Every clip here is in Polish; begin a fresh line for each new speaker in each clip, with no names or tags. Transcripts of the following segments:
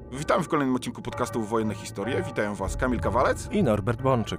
Witamy w kolejnym odcinku podcastu Wojenne Historie. Witają Was Kamil Kawalec
i Norbert Bączyk.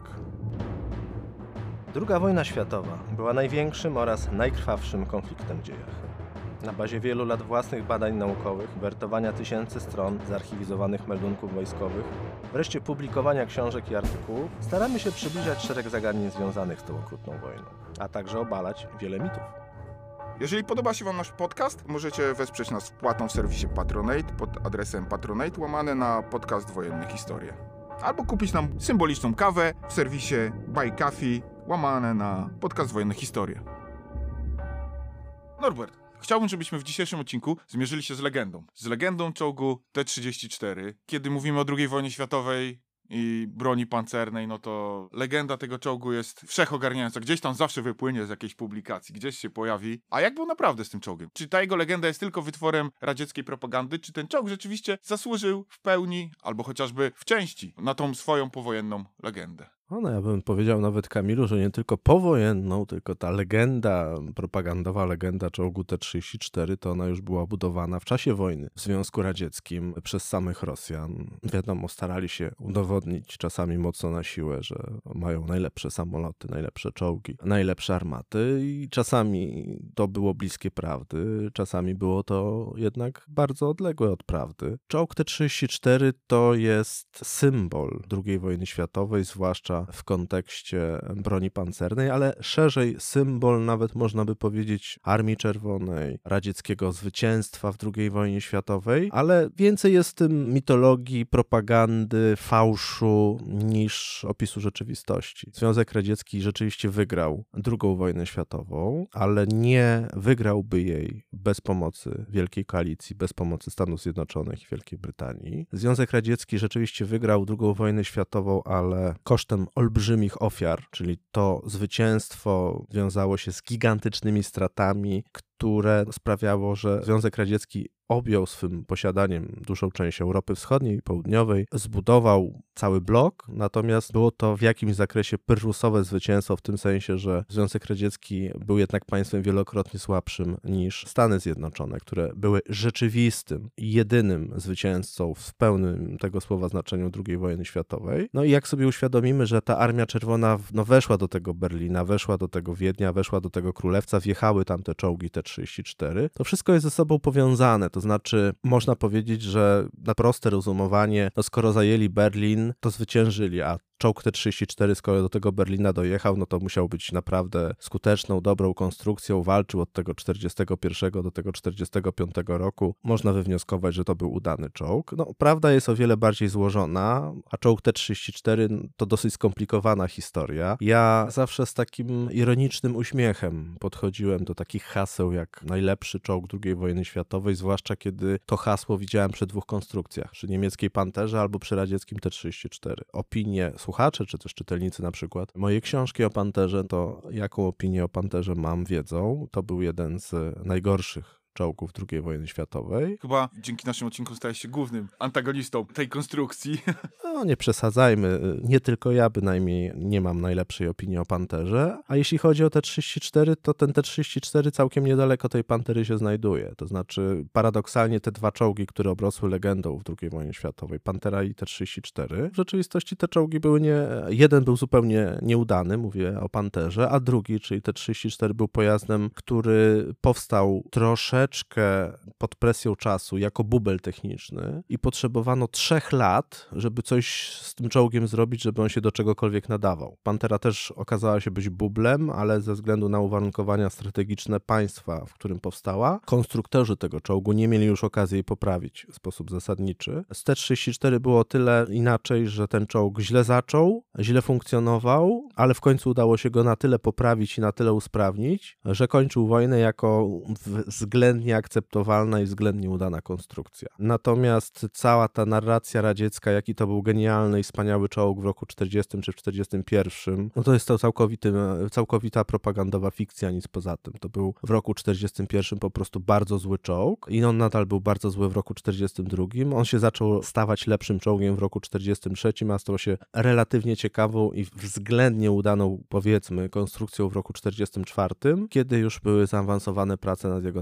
II wojna światowa była największym oraz najkrwawszym konfliktem w dziejach. Na bazie wielu lat własnych badań naukowych, wertowania tysięcy stron zarchiwizowanych meldunków wojskowych, wreszcie publikowania książek i artykułów, staramy się przybliżać szereg zagadnień związanych z tą okrutną wojną, a także obalać wiele mitów.
Jeżeli podoba się Wam nasz podcast, możecie wesprzeć nas wpłatą w serwisie Patronate pod adresem patronate / podcast Wojenne Historie. Albo kupić nam symboliczną kawę w serwisie Buy Coffee / podcast Wojenne Historie. Norbert, chciałbym, żebyśmy w dzisiejszym odcinku zmierzyli się z legendą. Z legendą czołgu T-34. Kiedy mówimy o II wojnie światowej i broni pancernej, no to legenda tego czołgu jest wszechogarniająca. Gdzieś tam zawsze wypłynie z jakiejś publikacji, gdzieś się pojawi. A jak było naprawdę z tym czołgiem? Czy ta jego legenda jest tylko wytworem radzieckiej propagandy, czy ten czołg rzeczywiście zasłużył w pełni, albo chociażby w części, na tą swoją powojenną legendę?
No ja bym powiedział nawet, Kamilu, że nie tylko powojenną, tylko ta legenda, propagandowa legenda czołgu T-34, to ona już była budowana w czasie wojny w Związku Radzieckim przez samych Rosjan. Wiadomo, starali się udowodnić czasami mocno na siłę, że mają najlepsze samoloty, najlepsze czołgi, najlepsze armaty i czasami to było bliskie prawdy, czasami było to jednak bardzo odległe od prawdy. Czołg T-34 to jest symbol II wojny światowej, zwłaszcza w kontekście broni pancernej, ale szerzej symbol, nawet można by powiedzieć, Armii Czerwonej, radzieckiego zwycięstwa w II wojnie światowej, ale więcej jest w tym mitologii, propagandy, fałszu niż opisu rzeczywistości. Związek Radziecki rzeczywiście wygrał II wojnę światową, ale nie wygrałby jej bez pomocy Wielkiej Koalicji, bez pomocy Stanów Zjednoczonych i Wielkiej Brytanii. Związek Radziecki rzeczywiście wygrał II wojnę światową, ale kosztem olbrzymich ofiar, czyli to zwycięstwo wiązało się z gigantycznymi stratami, które sprawiało, że Związek Radziecki objął swym posiadaniem dużą część Europy Wschodniej i Południowej, zbudował cały blok, natomiast było to w jakimś zakresie pyrrusowe zwycięstwo w tym sensie, że Związek Radziecki był jednak państwem wielokrotnie słabszym niż Stany Zjednoczone, które były rzeczywistym i jedynym zwycięzcą w pełnym tego słowa znaczeniu II wojny światowej. No i jak sobie uświadomimy, że ta Armia Czerwona weszła do tego Berlina, weszła do tego Wiednia, weszła do tego Królewca, wjechały tam te czołgi T-34, to wszystko jest ze sobą powiązane. To znaczy, można powiedzieć, że na proste rozumowanie, no skoro zajęli Berlin, to zwyciężyli, a czołg T-34, skoro do tego Berlina dojechał, no to musiał być naprawdę skuteczną, dobrą konstrukcją. Walczył od tego 41 do tego 45 roku. Można wywnioskować, że to był udany czołg. No, prawda jest o wiele bardziej złożona, a czołg T-34 to dosyć skomplikowana historia. Ja zawsze z takim ironicznym uśmiechem podchodziłem do takich haseł jak najlepszy czołg II wojny światowej, zwłaszcza kiedy to hasło widziałem przy dwóch konstrukcjach, przy niemieckiej Panterze albo przy radzieckim T-34. Opinie słuchacze, czy też czytelnicy na przykład moje książki o Panterze, to jaką opinię o Panterze mam, wiedzą. To był jeden z najgorszych czołgów II wojny światowej.
Chyba dzięki naszym odcinkom stałeś się głównym antagonistą tej konstrukcji.
No nie przesadzajmy, nie tylko ja bynajmniej nie mam najlepszej opinii o Panterze, a jeśli chodzi o T-34, to ten T-34 całkiem niedaleko tej Pantery się znajduje. To znaczy paradoksalnie te dwa czołgi, które obrosły legendą w II wojnie światowej, Pantera i T-34, w rzeczywistości te czołgi były jeden był zupełnie nieudany, mówię o Panterze, a drugi, czyli T-34 był pojazdem, który powstał troszeczkę pod presją czasu jako bubel techniczny i potrzebowano 3 lat, żeby coś z tym czołgiem zrobić, żeby on się do czegokolwiek nadawał. Pantera też okazała się być bublem, ale ze względu na uwarunkowania strategiczne państwa, w którym powstała, konstruktorzy tego czołgu nie mieli już okazji jej poprawić w sposób zasadniczy. Z T-34 było tyle inaczej, że ten czołg źle zaczął, źle funkcjonował, ale w końcu udało się go na tyle poprawić i na tyle usprawnić, że kończył wojnę jako względnie akceptowalna i względnie udana konstrukcja. Natomiast cała ta narracja radziecka, jaki to był genialny i wspaniały czołg w roku 40 czy w 41, no to jest to całkowita propagandowa fikcja, nic poza tym. To był w roku 41 po prostu bardzo zły czołg i on nadal był bardzo zły w roku 42. On się zaczął stawać lepszym czołgiem w roku 43, a stał się relatywnie ciekawą i względnie udaną, powiedzmy, konstrukcją w roku 44, kiedy już były zaawansowane prace nad jego następcą.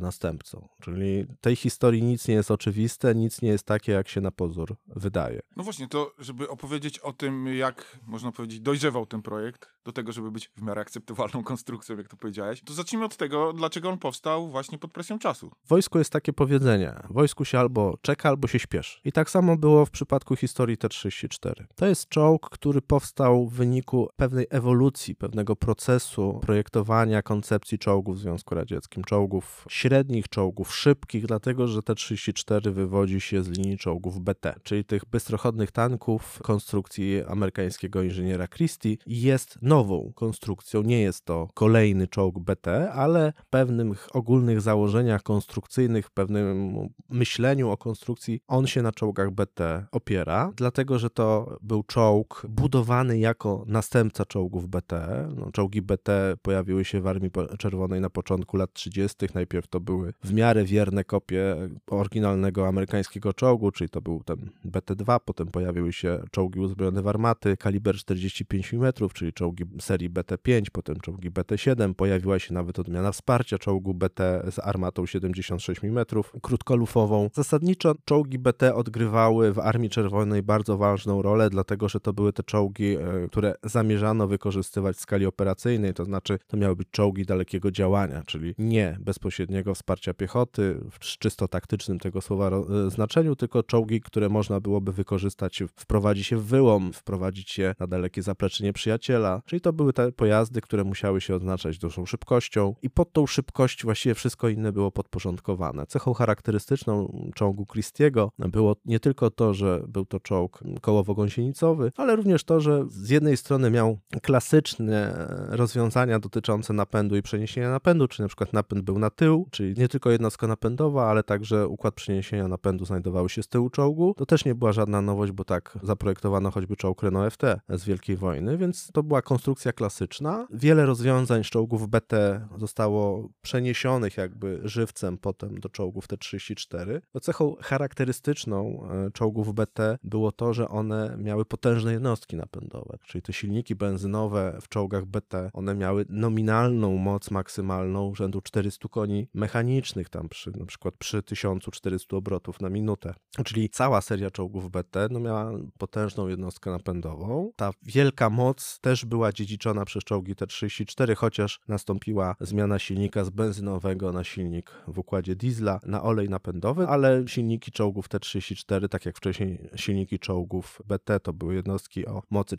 następcą. Czyli tej historii nic nie jest oczywiste, nic nie jest takie, jak się na pozór wydaje.
No właśnie, to żeby opowiedzieć o tym, jak, można powiedzieć, dojrzewał ten projekt do tego, żeby być w miarę akceptowalną konstrukcją, jak to powiedziałeś, to zacznijmy od tego, dlaczego on powstał właśnie pod presją czasu.
W wojsku jest takie powiedzenie, w wojsku się albo czeka, albo się śpieszy. I tak samo było w przypadku historii T-34. To jest czołg, który powstał w wyniku pewnej ewolucji, pewnego procesu projektowania koncepcji czołgów w Związku Radzieckim. Czołgów średnich, czołgów szybkich, dlatego że T-34 wywodzi się z linii czołgów BT, czyli tych bystrochodnych tanków konstrukcji amerykańskiego inżyniera Christie. Jest nową konstrukcją, nie jest to kolejny czołg BT, ale w pewnych ogólnych założeniach konstrukcyjnych, w pewnym myśleniu o konstrukcji, on się na czołgach BT opiera, dlatego że to był czołg budowany jako następca czołgów BT. Czołgi BT pojawiły się w Armii Czerwonej na początku lat 30. Najpierw to były w miarę wierne kopie oryginalnego amerykańskiego czołgu, czyli to był ten BT-2, potem pojawiły się czołgi uzbrojone w armaty, kaliber 45 mm, czyli czołgi serii BT-5, potem czołgi BT-7, pojawiła się nawet odmiana wsparcia czołgu BT z armatą 76 mm, krótkolufową. Zasadniczo czołgi BT odgrywały w Armii Czerwonej bardzo ważną rolę, dlatego że to były te czołgi, które zamierzano wykorzystywać w skali operacyjnej, to znaczy to miały być czołgi dalekiego działania, czyli nie bezpośredniego wsparcia piechoty w czysto taktycznym tego słowa znaczeniu, tylko czołgi, które można byłoby wykorzystać, wprowadzić się w wyłom, wprowadzić się na dalekie zaplecze nieprzyjaciela, czyli to były te pojazdy, które musiały się odznaczać dużą szybkością i pod tą szybkość właściwie wszystko inne było podporządkowane. Cechą charakterystyczną czołgu Christiego było nie tylko to, że był to czołg kołowo-gąsienicowy, ale również to, że z jednej strony miał klasyczne rozwiązania dotyczące napędu i przeniesienia napędu, czyli na przykład napęd był na tył, czyli nie tylko jednostka napędowa, ale także układ przeniesienia napędu znajdowały się z tyłu czołgu. To też nie była żadna nowość, bo tak zaprojektowano choćby czołg Renault FT z Wielkiej Wojny, więc to była konstrukcja klasyczna. Wiele rozwiązań z czołgów BT zostało przeniesionych jakby żywcem potem do czołgów T-34. Cechą charakterystyczną czołgów BT było to, że one miały potężne jednostki napędowe, czyli te silniki benzynowe w czołgach BT, one miały nominalną moc maksymalną rzędu 400 koni mechanicznych, tam na przykład przy 1400 obrotów na minutę. Czyli cała seria czołgów BT miała potężną jednostkę napędową. Ta wielka moc też była dziedziczona przez czołgi T-34, chociaż nastąpiła zmiana silnika z benzynowego na silnik w układzie diesla, na olej napędowy, ale silniki czołgów T-34, tak jak wcześniej silniki czołgów BT, to były jednostki o mocy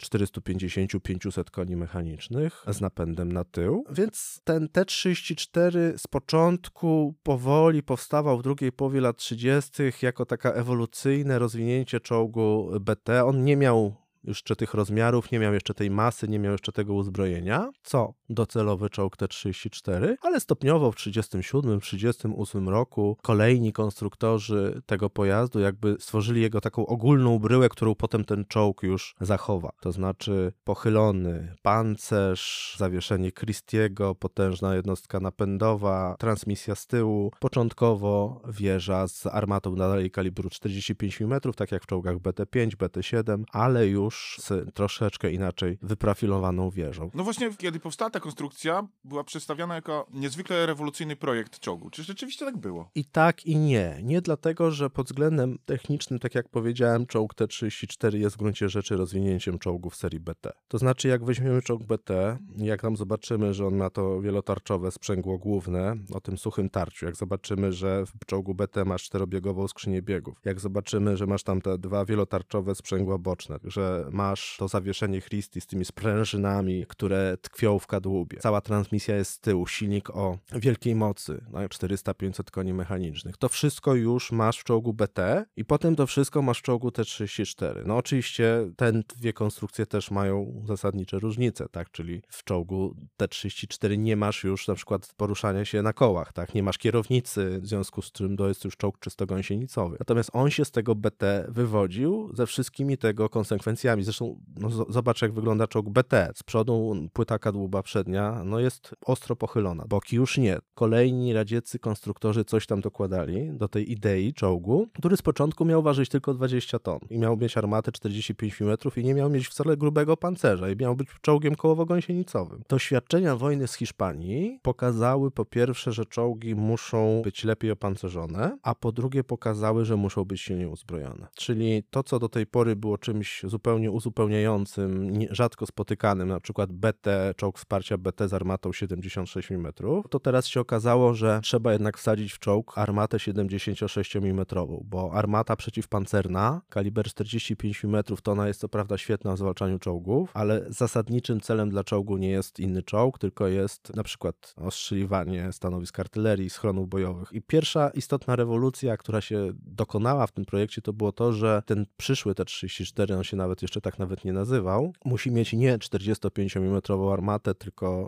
450-500 koni mechanicznych z napędem na tył. Więc ten T-34 z początku powoli powstawał w drugiej połowie lat 30. jako taka ewolucyjne rozwinięcie czołgu BT. On nie miał jeszcze tych rozmiarów, nie miał jeszcze tej masy, nie miał jeszcze tego uzbrojenia, co docelowy czołg T-34, ale stopniowo w 1937-1938 roku kolejni konstruktorzy tego pojazdu jakby stworzyli jego taką ogólną bryłę, którą potem ten czołg już zachowa. To znaczy pochylony pancerz, zawieszenie Christiego, potężna jednostka napędowa, transmisja z tyłu, początkowo wieża z armatą nadal kalibru 45 mm, tak jak w czołgach BT-5, BT-7, ale już z troszeczkę inaczej wyprofilowaną wieżą.
No właśnie, kiedy powstała ta konstrukcja, była przedstawiana jako niezwykle rewolucyjny projekt czołgu. Czy rzeczywiście tak było?
I tak, i nie. Nie dlatego, że pod względem technicznym, tak jak powiedziałem, czołg T-34 jest w gruncie rzeczy rozwinięciem czołgów serii BT. To znaczy, jak weźmiemy czołg BT, jak tam zobaczymy, że on ma to wielotarczowe sprzęgło główne o tym suchym tarciu, jak zobaczymy, że w czołgu BT masz czterobiegową skrzynię biegów, jak zobaczymy, że masz tam te dwa wielotarczowe sprzęgła boczne, że masz to zawieszenie Christie z tymi sprężynami, które tkwią w kadłubie. Cała transmisja jest z tyłu, silnik o wielkiej mocy, 400-500 koni mechanicznych. To wszystko już masz w czołgu BT i potem to wszystko masz w czołgu T-34. No oczywiście te dwie konstrukcje też mają zasadnicze różnice, tak? Czyli w czołgu T-34 nie masz już na przykład poruszania się na kołach, tak? Nie masz kierownicy, w związku z czym to jest już czołg czysto gąsienicowy. Natomiast on się z tego BT wywodził ze wszystkimi tego konsekwencjami, czołgami. Zresztą zobacz, jak wygląda czołg BT. Z przodu płyta kadłuba przednia jest ostro pochylona. Boki już nie. Kolejni radzieccy konstruktorzy coś tam dokładali do tej idei czołgu, który z początku miał ważyć tylko 20 ton i miał mieć armatę 45 mm i nie miał mieć wcale grubego pancerza i miał być czołgiem kołowo-gąsienicowym. Doświadczenia wojny z Hiszpanii pokazały po pierwsze, że czołgi muszą być lepiej opancerzone, a po drugie pokazały, że muszą być silnie uzbrojone. Czyli to, co do tej pory było czymś zupełnie uzupełniającym, rzadko spotykanym, na przykład BT, czołg wsparcia BT z armatą 76 mm, to teraz się okazało, że trzeba jednak wsadzić w czołg armatę 76 mm, bo armata przeciwpancerna, kaliber 45 mm, to ona jest co prawda świetna w zwalczaniu czołgów, ale zasadniczym celem dla czołgu nie jest inny czołg, tylko jest na przykład ostrzeliwanie stanowisk artylerii, schronów bojowych. I pierwsza istotna rewolucja, która się dokonała w tym projekcie, to było to, że ten przyszły T-34, on się nawet nie nazywał, musi mieć nie 45 mm armatę, tylko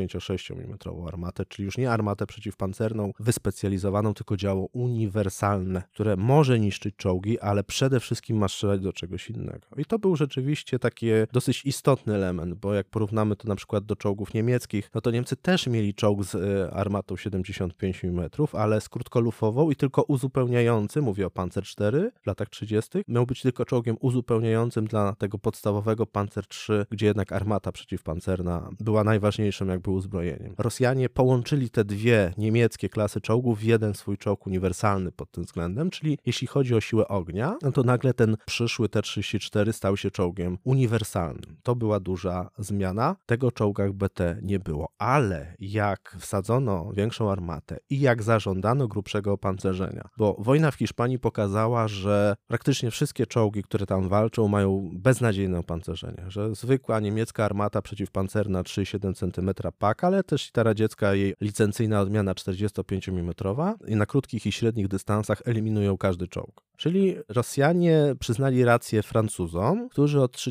76 mm armatę, czyli już nie armatę przeciwpancerną, wyspecjalizowaną, tylko działo uniwersalne, które może niszczyć czołgi, ale przede wszystkim ma strzelać do czegoś innego. I to był rzeczywiście taki dosyć istotny element, bo jak porównamy to na przykład do czołgów niemieckich, no to Niemcy też mieli czołg z armatą 75 mm, ale z krótkolufową i tylko uzupełniający, mówię o Panzer IV w latach 30., miał być tylko czołgiem uzupełniającym dla tego podstawowego Panzer III, gdzie jednak armata przeciwpancerna była najważniejszym jakby uzbrojeniem. Rosjanie połączyli te dwie niemieckie klasy czołgów w jeden swój czołg uniwersalny pod tym względem, czyli jeśli chodzi o siłę ognia, no to nagle ten przyszły T-34 stał się czołgiem uniwersalnym. To była duża zmiana. Tego w czołgach BT nie było, ale jak wsadzono większą armatę i jak zażądano grubszego opancerzenia, bo wojna w Hiszpanii pokazała, że praktycznie wszystkie czołgi, które tam walczą, mają beznadziejne opancerzenie, że zwykła niemiecka armata przeciwpancerna 3,7 cm pak, ale też i ta radziecka, jej licencyjna odmiana 45 mm i na krótkich i średnich dystansach eliminują każdy czołg. Czyli Rosjanie przyznali rację Francuzom, którzy od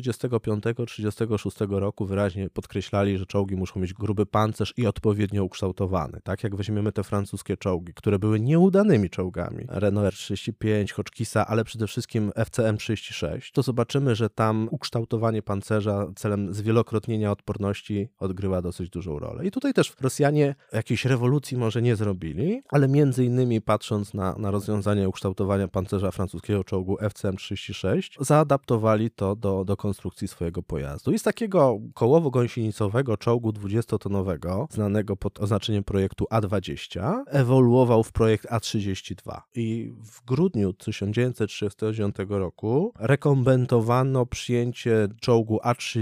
1935-1936 roku wyraźnie podkreślali, że czołgi muszą mieć gruby pancerz i odpowiednio ukształtowany. Tak jak weźmiemy te francuskie czołgi, które były nieudanymi czołgami, Renault R35, Hotchkissa, ale przede wszystkim FCM36, to zobaczymy, że tam ukształtowanie pancerza celem zwielokrotnienia odporności odgrywa dosyć dużą rolę. I tutaj też Rosjanie jakiejś rewolucji może nie zrobili, ale między innymi patrząc na rozwiązanie ukształtowania pancerza francuskiego czołgu FCM36, zaadaptowali to do konstrukcji swojego pojazdu. I z takiego kołowo-gąsienicowego czołgu 20-tonowego, znanego pod oznaczeniem projektu A20, ewoluował w projekt A32. I w grudniu 1939 roku rekompensowano przyjęcie czołgu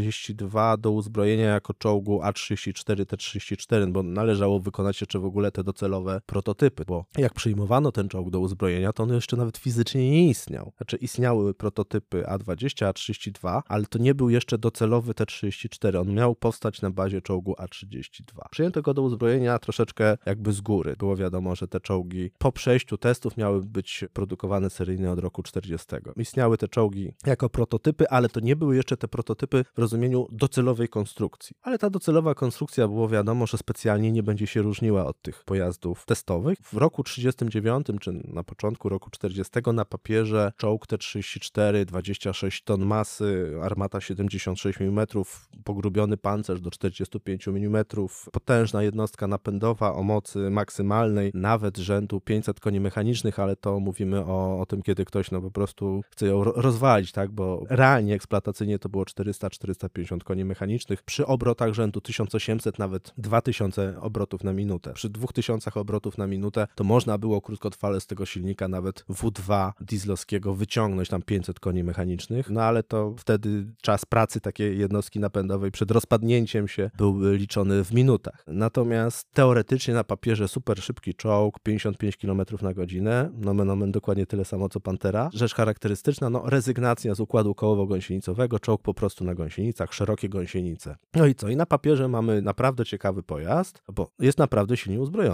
A32 do uzbrojenia jako czołgu A34 T-34, bo należało wykonać jeszcze w ogóle te docelowe prototypy, bo jak przyjmowano ten czołg do uzbrojenia, to on jeszcze nawet fizycznie nie istniał. Znaczy istniały prototypy A20, A32, ale to nie był jeszcze docelowy T-34. On miał powstać na bazie czołgu A32. Przyjęto go do uzbrojenia troszeczkę jakby z góry. Było wiadomo, że te czołgi po przejściu testów miały być produkowane seryjnie od roku 40. Istniały te czołgi jako prototypy, ale to nie były jeszcze te prototypy w rozumieniu docelowej konstrukcji. Ale ta docelowa konstrukcja było wiadomo, że specjalnie nie będzie się różniła od tych pojazdów testowych. W roku 39 czy na początku roku 40 na papierze czołg T-34, 26 ton masy, armata 76 mm, pogrubiony pancerz do 45 mm, potężna jednostka napędowa o mocy maksymalnej, nawet rzędu 500 koni mechanicznych, ale to mówimy o tym, kiedy ktoś po prostu chce ją rozwalić, tak, bo realnie eksploatacyjnie to było 400-450 koni mechanicznych, przy obrotach rzędu 1800, nawet 2000 obrotów na minutę. Przy 2000 obrotów na minutę to można było krótkotrwale z tego silnika nawet W2 dieslowskiego wyciągnąć tam 500 koni mechanicznych, no ale to wtedy czas pracy takiej jednostki napędowej przed rozpadnięciem się był liczony w minutach. Natomiast teoretycznie na papierze super szybki czołg, 55 km na godzinę, nomen omen dokładnie tyle samo co Pantera. Rzecz charakterystyczna, rezygnacja z układu kołowo-gąsienicowego, czołg po prostu na gąsienicach, szerokie gąsienice. No i co? I na papierze mamy naprawdę ciekawy pojazd, bo jest naprawdę silnie uzbrojony.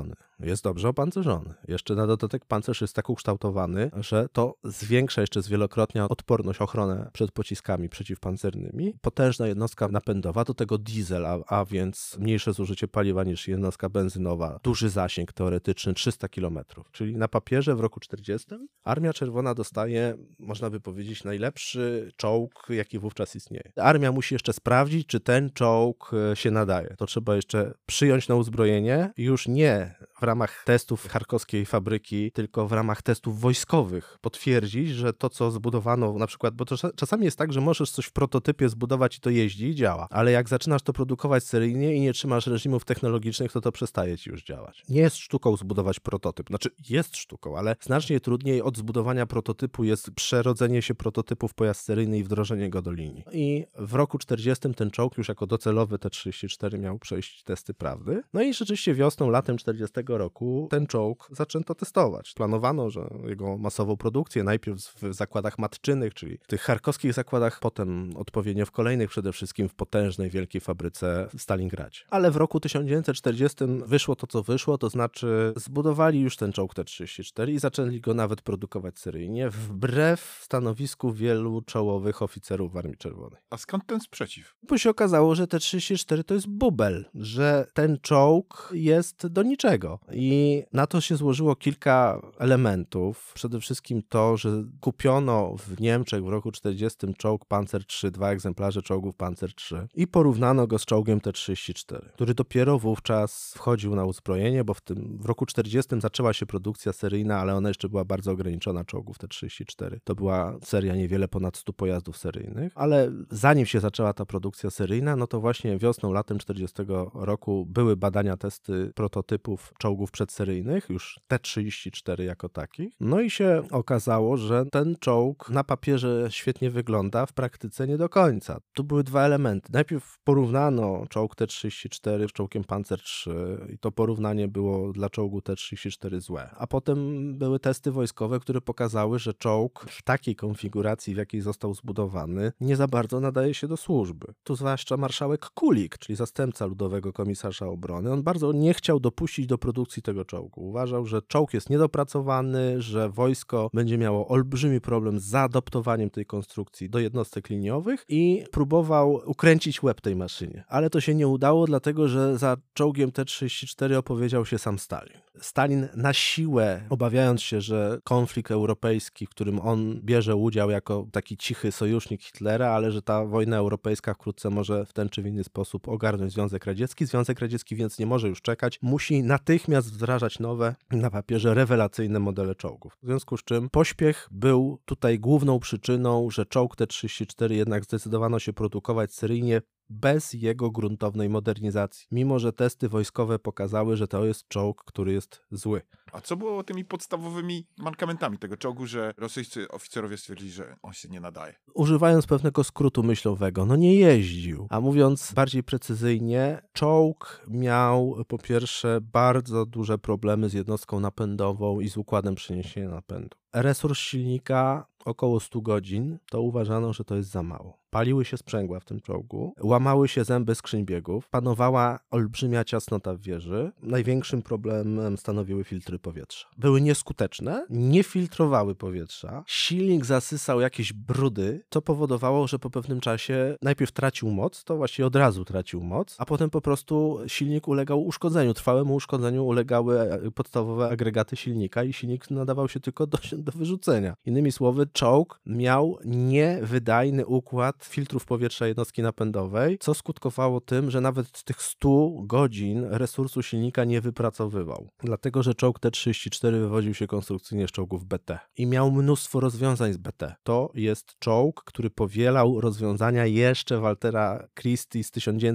jest dobrze opancerzony. Jeszcze na dodatek pancerz jest tak ukształtowany, że to zwiększa jeszcze zwielokrotnie odporność, ochronę przed pociskami przeciwpancernymi. Potężna jednostka napędowa, do tego diesel, a więc mniejsze zużycie paliwa niż jednostka benzynowa. Duży zasięg teoretyczny, 300 km. Czyli na papierze w roku 40 Armia Czerwona dostaje, można by powiedzieć, najlepszy czołg, jaki wówczas istnieje. Armia musi jeszcze sprawdzić, czy ten czołg się nadaje. To trzeba jeszcze przyjąć na uzbrojenie, już nie w ramach testów charkowskiej fabryki, tylko w ramach testów wojskowych potwierdzić, że to, co zbudowano na przykład, bo to czasami jest tak, że możesz coś w prototypie zbudować i to jeździ i działa, ale jak zaczynasz to produkować seryjnie i nie trzymasz reżimów technologicznych, to przestaje ci już działać. Nie jest sztuką zbudować prototyp, znaczy jest sztuką, ale znacznie trudniej od zbudowania prototypu jest przerodzenie się prototypu w pojazd seryjny i wdrożenie go do linii. I w roku 40 ten czołg już jako docelowy T-34 miał przejść testy prawdy. No i rzeczywiście wiosną, latem 40 roku ten czołg zaczęto testować. Planowano, że jego masową produkcję najpierw w zakładach matczynych, czyli w tych charkowskich zakładach, potem odpowiednio w kolejnych, przede wszystkim w potężnej, wielkiej fabryce w Stalingradzie. Ale w roku 1940 wyszło to, co wyszło, to znaczy zbudowali już ten czołg T-34 i zaczęli go nawet produkować seryjnie, wbrew stanowisku wielu czołowych oficerów w Armii Czerwonej.
A skąd ten sprzeciw?
Bo się okazało, że T-34 to jest bubel, że ten czołg jest do niczego. I na to się złożyło kilka elementów. Przede wszystkim to, że kupiono w Niemczech w roku 40 czołg Panzer III, 2 egzemplarze czołgów Panzer III i porównano go z czołgiem T-34, który dopiero wówczas wchodził na uzbrojenie, bo w roku 40 zaczęła się produkcja seryjna, ale ona jeszcze była bardzo ograniczona czołgów T-34. To była seria niewiele ponad 100 pojazdów seryjnych, ale zanim się zaczęła ta produkcja seryjna, no to właśnie wiosną, latem 40 roku były badania, testy prototypów czołgów przedseryjnych, już T-34 jako takich. No i się okazało, że ten czołg na papierze świetnie wygląda, w praktyce nie do końca. Tu były dwa elementy. Najpierw porównano czołg T-34 z czołgiem Panzer III i to porównanie było dla czołgu T-34 złe. A potem były testy wojskowe, które pokazały, że czołg w takiej konfiguracji, w jakiej został zbudowany, nie za bardzo nadaje się do służby. Tu zwłaszcza marszałek Kulik, czyli zastępca ludowego komisarza obrony, on bardzo nie chciał dopuścić do produkcji tego czołgu. Uważał, że czołg jest niedopracowany, że wojsko będzie miało olbrzymi problem z zaadoptowaniem tej konstrukcji do jednostek liniowych i próbował ukręcić łeb tej maszynie. Ale to się nie udało, dlatego że za czołgiem T-34 opowiedział się sam Stalin. Stalin na siłę, obawiając się, że konflikt europejski, w którym on bierze udział jako taki cichy sojusznik Hitlera, ale że ta wojna europejska wkrótce może w ten czy w inny sposób ogarnąć Związek Radziecki. Związek Radziecki więc nie może już czekać. Musi natychmiast wdrażać nowe, na papierze rewelacyjne modele czołgów. W związku z czym pośpiech był tutaj główną przyczyną, że czołg T-34 jednak zdecydowano się produkować seryjnie bez jego gruntownej modernizacji. Mimo że testy wojskowe pokazały, że to jest czołg, który jest zły.
A co było tymi podstawowymi mankamentami tego czołgu, że rosyjscy oficerowie stwierdzili, że on się nie nadaje?
Używając pewnego skrótu myślowego, no nie jeździł. A mówiąc bardziej precyzyjnie, czołg miał po pierwsze bardzo duże problemy z jednostką napędową i z układem przeniesienia napędu. Resurs silnika około 100 godzin, to uważano, że to jest za mało. Paliły się sprzęgła w tym czołgu, łamały się zęby skrzyń biegów, panowała olbrzymia ciasnota w wieży. Największym problemem stanowiły filtry powietrza. Były nieskuteczne, nie filtrowały powietrza, silnik zasysał jakieś brudy, co powodowało, że po pewnym czasie najpierw tracił moc, to właściwie od razu tracił moc, a potem po prostu silnik ulegał uszkodzeniu. Trwałemu uszkodzeniu ulegały podstawowe agregaty silnika i silnik nadawał się tylko do wyrzucenia. Innymi słowy, czołg miał niewydajny układ filtrów powietrza jednostki napędowej, co skutkowało tym, że nawet z tych 100 godzin resursu silnika nie wypracowywał. Dlatego, że czołg T-34 wywodził się konstrukcyjnie z czołgów BT i miał mnóstwo rozwiązań z BT. To jest czołg, który powielał rozwiązania jeszcze Waltera Christie z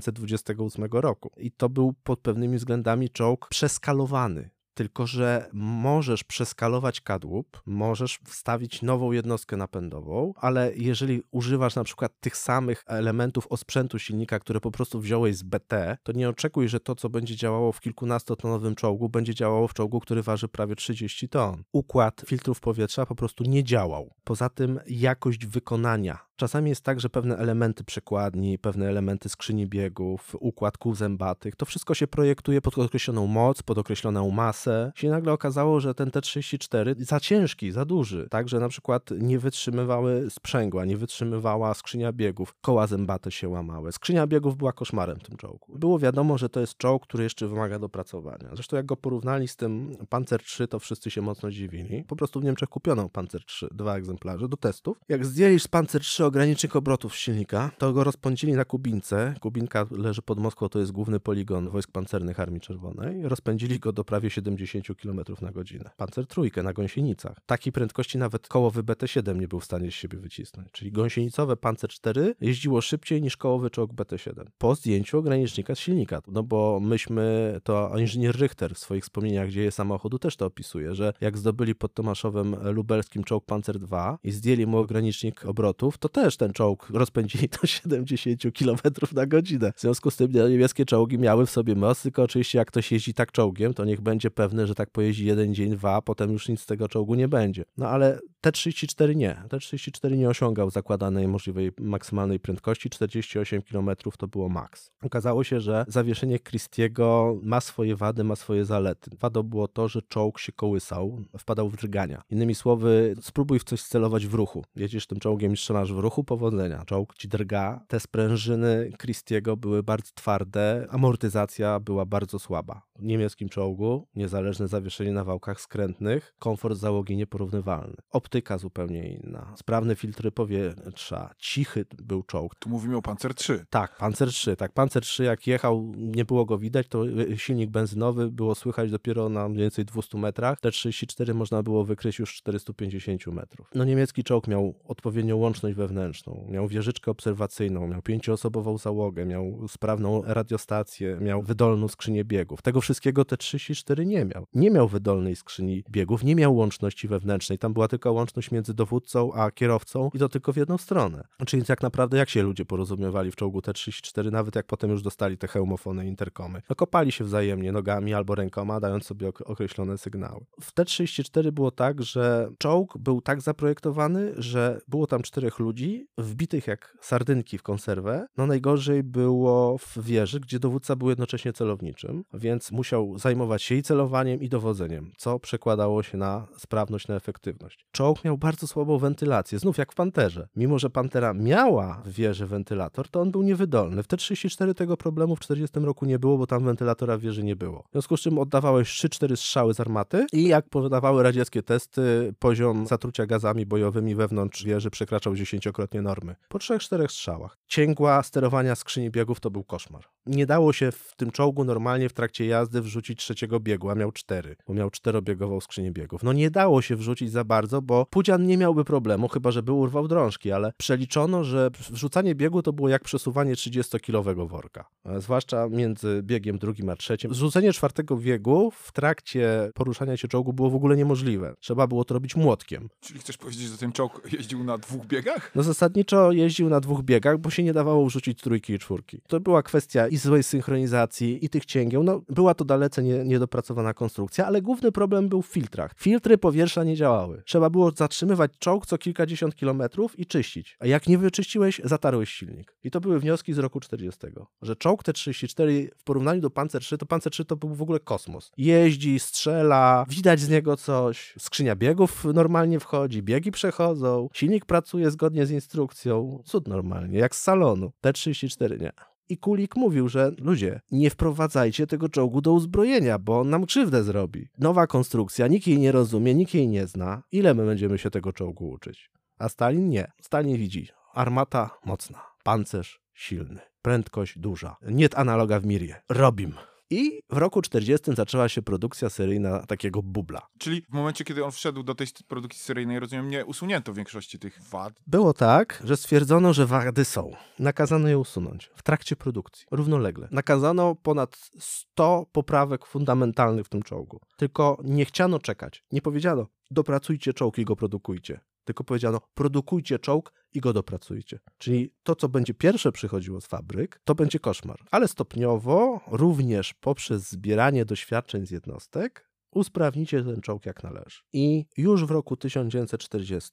1928 roku. I to był pod pewnymi względami czołg przeskalowany. Tylko że możesz przeskalować kadłub, możesz wstawić nową jednostkę napędową, ale jeżeli używasz na przykład tych samych elementów osprzętu silnika, które po prostu wziąłeś z BT, to nie oczekuj, że to, co będzie działało w kilkunastotonowym czołgu, będzie działało w czołgu, który waży prawie 30 ton. Układ filtrów powietrza po prostu nie działał. Poza tym jakość wykonania Czasami jest tak, że pewne elementy przekładni, pewne elementy skrzyni biegów, układ kół zębatych, to wszystko się projektuje pod określoną moc, pod określoną masę. Się nagle okazało, że ten T34 za ciężki, za duży, tak, że na przykład nie wytrzymywały sprzęgła, nie wytrzymywała skrzynia biegów, koła zębate się łamały. Skrzynia biegów była koszmarem w tym czołgu. Było wiadomo, że to jest czołg, który jeszcze wymaga dopracowania. Zresztą jak go porównali z tym Panzer III, to wszyscy się mocno dziwili. Po prostu w Niemczech kupiono Panzer III, 2 egzemplarze do testów. Jak zdjęli z Panzer III ogranicznik obrotów silnika, to go rozpędzili na Kubince. Kubinka leży pod Moskwą, to jest główny poligon wojsk pancernych Armii Czerwonej. Rozpędzili go do prawie 70 km na godzinę. Panzer III na gąsienicach. Takiej prędkości nawet kołowy BT-7 nie był w stanie z siebie wycisnąć. Czyli gąsienicowe Panzer IV jeździło szybciej niż kołowy czołg BT-7. Po zdjęciu ogranicznika z silnika. No bo to inżynier Richter w swoich wspomnieniach Dzieje samochodu też to opisuje, że jak zdobyli pod Tomaszowem Lubelskim czołg Panzer II i zdjęli mu ogranicznik obrotów, to też ten czołg rozpędzili do 70 km na godzinę. W związku z tym niemieckie czołgi miały w sobie moc, tylko oczywiście jak ktoś jeździ tak czołgiem, to niech będzie pewny, że tak pojeździ jeden dzień, dwa, potem już nic z tego czołgu nie będzie. No ale T-34 nie. T-34 nie osiągał zakładanej możliwej maksymalnej prędkości, 48 km to było maks. Okazało się, że zawieszenie Christiego ma swoje wady, ma swoje zalety. Wadą było to, że czołg się kołysał, wpadał w drgania. Innymi słowy, spróbuj w coś celować w ruchu. Jedziesz tym czołgiem i strzelasz w ruchu, powodzenia. Czołg ci drga. Te sprężyny Christiego były bardzo twarde, amortyzacja była bardzo słaba. W niemieckim czołgu niezależne zawieszenie na wałkach skrętnych, komfort załogi nieporównywalny. Optyka zupełnie inna. Sprawne filtry powietrza. Cichy był czołg.
Tu mówimy o Panzer III.
Tak, Panzer III. Tak, Panzer III jak jechał, nie było go widać, to silnik benzynowy było słychać dopiero na mniej więcej 200 metrach. T-34 można było wykryć już 450 metrów. No niemiecki czołg miał odpowiednią łączność wewnętrzną, miał wieżyczkę obserwacyjną, miał 5-osobową załogę, miał sprawną radiostację, miał wydolną skrzynię biegów. Tego wszystkiego T-34 nie miał. Nie miał wydolnej skrzyni biegów, nie miał łączności wewnętrznej. Tam była tylko łączność między dowódcą a kierowcą i to tylko w jedną stronę. Czyli tak naprawdę jak się ludzie porozumiewali w czołgu T-34, nawet jak potem już dostali te hełmofony, interkomy. No kopali się wzajemnie nogami albo rękoma, dając sobie określone sygnały. W T-34 było tak, że czołg był tak zaprojektowany, że było tam 4 ludzi, wbitych jak sardynki w konserwę. No najgorzej było w wieży, gdzie dowódca był jednocześnie celowniczym, więc musiał zajmować się i celowaniem, i dowodzeniem, co przekładało się na sprawność, na efektywność. Czołg miał bardzo słabą wentylację, znów jak w Panterze. Mimo że Pantera miała w wieży wentylator, to on był niewydolny. W T-34 tego problemu w 40 roku nie było, bo tam wentylatora w wieży nie było. W związku z czym oddawałeś 3-4 strzały z armaty i jak podawały radzieckie testy, poziom zatrucia gazami bojowymi wewnątrz wieży przekraczał 10-krotnie normy. Po 3-4 strzałach. Cięgła sterowania skrzyni biegów to był koszmar. Nie dało się w tym czołgu normalnie w trakcie jazdy wrzucić 3. biegu, a miał 4, bo miał 4-biegową skrzynię biegów. No nie dało się wrzucić za bardzo, bo Pudzian nie miałby problemu, chyba że by urwał drążki, ale przeliczono, że wrzucanie biegu to było jak przesuwanie 30-kilowego worka. Zwłaszcza między biegiem drugim a trzecim. Zrzucenie 4. biegu w trakcie poruszania się czołgu było w ogóle niemożliwe. Trzeba było to robić młotkiem.
Czyli chcesz powiedzieć, że ten czołg jeździł na 2 biegach?
No zasadniczo jeździł na 2 biegach, bo się nie dawało wrzucić 3 i 4. To była kwestia i złej synchronizacji, i tych cięgieł. No była to dalece niedopracowana konstrukcja, ale główny problem był w filtrach. Filtry powietrza nie działały. Trzeba było zatrzymywać czołg co kilkadziesiąt kilometrów i czyścić. A jak nie wyczyściłeś, zatarłeś silnik. I to były wnioski z roku 40. Że czołg T-34 w porównaniu do Panzer III, to Panzer III to był w ogóle kosmos. Jeździ, strzela, widać z niego coś, skrzynia biegów normalnie wchodzi, biegi przechodzą, silnik pracuje zgodnie z instrukcją. Cud normalnie, jak z salonu. T-34 nie. I Kulik mówił, że ludzie, nie wprowadzajcie tego czołgu do uzbrojenia, bo on nam krzywdę zrobi. Nowa konstrukcja, nikt jej nie rozumie, nikt jej nie zna. Ile my będziemy się tego czołgu uczyć? A Stalin nie. Stalin widzi. Armata mocna, pancerz silny, prędkość duża. Nie analoga w Mirie. Robim. I w roku 40 zaczęła się produkcja seryjna takiego bubla.
Czyli w momencie, kiedy on wszedł do tej produkcji seryjnej, rozumiem, nie usunięto większości tych wad.
Było tak, że stwierdzono, że wady są. Nakazano je usunąć w trakcie produkcji, równolegle. Nakazano ponad 100 poprawek fundamentalnych w tym czołgu. Tylko nie chciano czekać. Nie powiedziano, dopracujcie czołg i go produkujcie. Tylko powiedziano, produkujcie czołg i go dopracujcie. Czyli to, co będzie pierwsze przychodziło z fabryk, to będzie koszmar. Ale stopniowo, również poprzez zbieranie doświadczeń z jednostek, usprawnicie ten czołg jak należy. I już w roku 1940,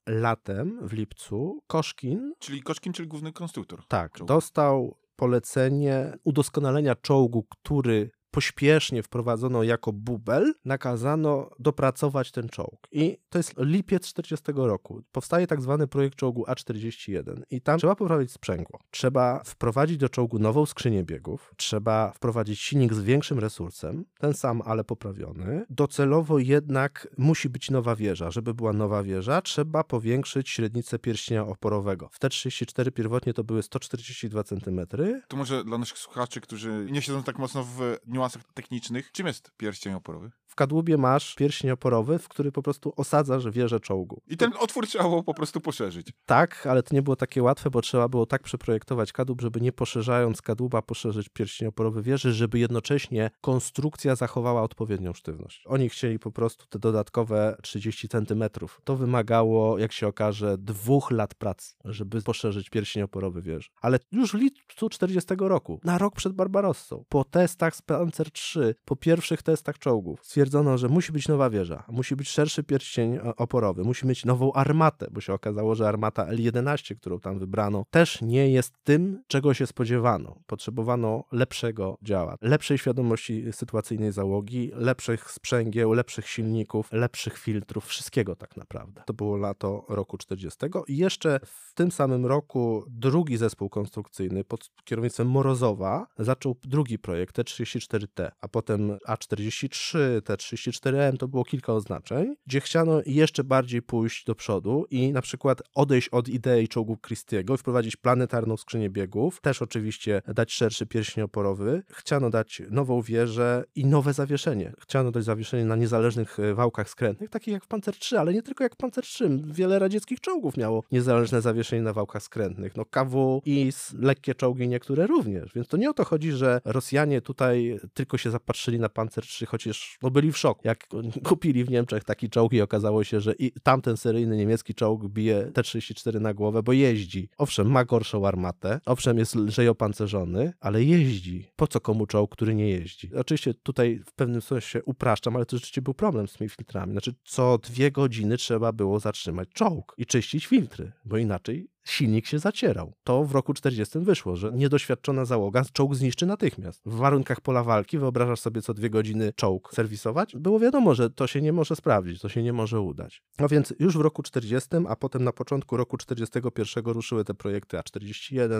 latem, w lipcu, Koszkin,
czyli główny konstruktor.
Tak,
czołgu.
dostał polecenie udoskonalenia czołgu, który pośpiesznie wprowadzono jako bubel, nakazano dopracować ten czołg. I to jest lipiec 40 roku. Powstaje tak zwany projekt czołgu A41 i tam trzeba poprawić sprzęgło. Trzeba wprowadzić do czołgu nową skrzynię biegów, trzeba wprowadzić silnik z większym resursem, ten sam, ale poprawiony. Docelowo jednak musi być nowa wieża. Żeby była nowa wieża, trzeba powiększyć średnicę pierścienia oporowego. W T-34 pierwotnie to były 142 cm.
To może dla naszych słuchaczy, którzy nie siedzą tak mocno w niuansach technicznych, czym jest pierścień oporowy?
W kadłubie masz pierścień oporowy, w który po prostu osadzasz wieżę czołgu.
I ten otwór trzeba było po prostu poszerzyć.
Tak, ale to nie było takie łatwe, bo trzeba było tak przeprojektować kadłub, żeby nie poszerzając kadłuba poszerzyć pierścień oporowy wieży, żeby jednocześnie konstrukcja zachowała odpowiednią sztywność. Oni chcieli po prostu te dodatkowe 30 cm. To wymagało, jak się okaże, 2 lat pracy, żeby poszerzyć pierścień oporowy wieży. Ale już w lipcu 40 roku, na rok przed Barbarossą, po testach z Panzer III, po pierwszych testach czołgów, stwierdzono, że musi być nowa wieża, musi być szerszy pierścień oporowy, musi mieć nową armatę, bo się okazało, że armata L11, którą tam wybrano, też nie jest tym, czego się spodziewano. Potrzebowano lepszego działa, lepszej świadomości sytuacyjnej załogi, lepszych sprzęgieł, lepszych silników, lepszych filtrów, wszystkiego tak naprawdę. To było lato roku 40 i jeszcze w tym samym roku drugi zespół konstrukcyjny pod kierownictwem Morozowa zaczął drugi projekt T-34T, a potem A-43, T-34M, to było kilka oznaczeń, gdzie chciano jeszcze bardziej pójść do przodu i na przykład odejść od idei czołgu Christiego i wprowadzić planetarną skrzynię biegów, też oczywiście dać szerszy pierścień oporowy, chciano dać nową wieżę i nowe zawieszenie. Chciano dać zawieszenie na niezależnych wałkach skrętnych, takich jak w Panzer III, ale nie tylko jak w Panzer III. Wiele radzieckich czołgów miało niezależne zawieszenie na wałkach skrętnych. No KW i lekkie czołgi niektóre również, więc to nie o to chodzi, że Rosjanie tutaj tylko się zapatrzyli na Panzer III, chociaż byli w szoku. Jak kupili w Niemczech taki czołg i okazało się, że i tamten seryjny niemiecki czołg bije T-34 na głowę, bo jeździ. Owszem, ma gorszą armatę, owszem, jest lżej opancerzony, ale jeździ. Po co komu czołg, który nie jeździ? Oczywiście tutaj w pewnym sensie upraszczam, ale to rzeczywiście był problem z tymi filtrami. Znaczy, co 2 godziny trzeba było zatrzymać czołg i czyścić filtry, bo inaczej silnik się zacierał. To w roku 40 wyszło, że niedoświadczona załoga czołg zniszczy natychmiast. W warunkach pola walki, wyobrażasz sobie co 2 godziny czołg serwisować? Było wiadomo, że to się nie może sprawdzić, to się nie może udać. No więc już w roku 40, a potem na początku roku 41 ruszyły te projekty A41,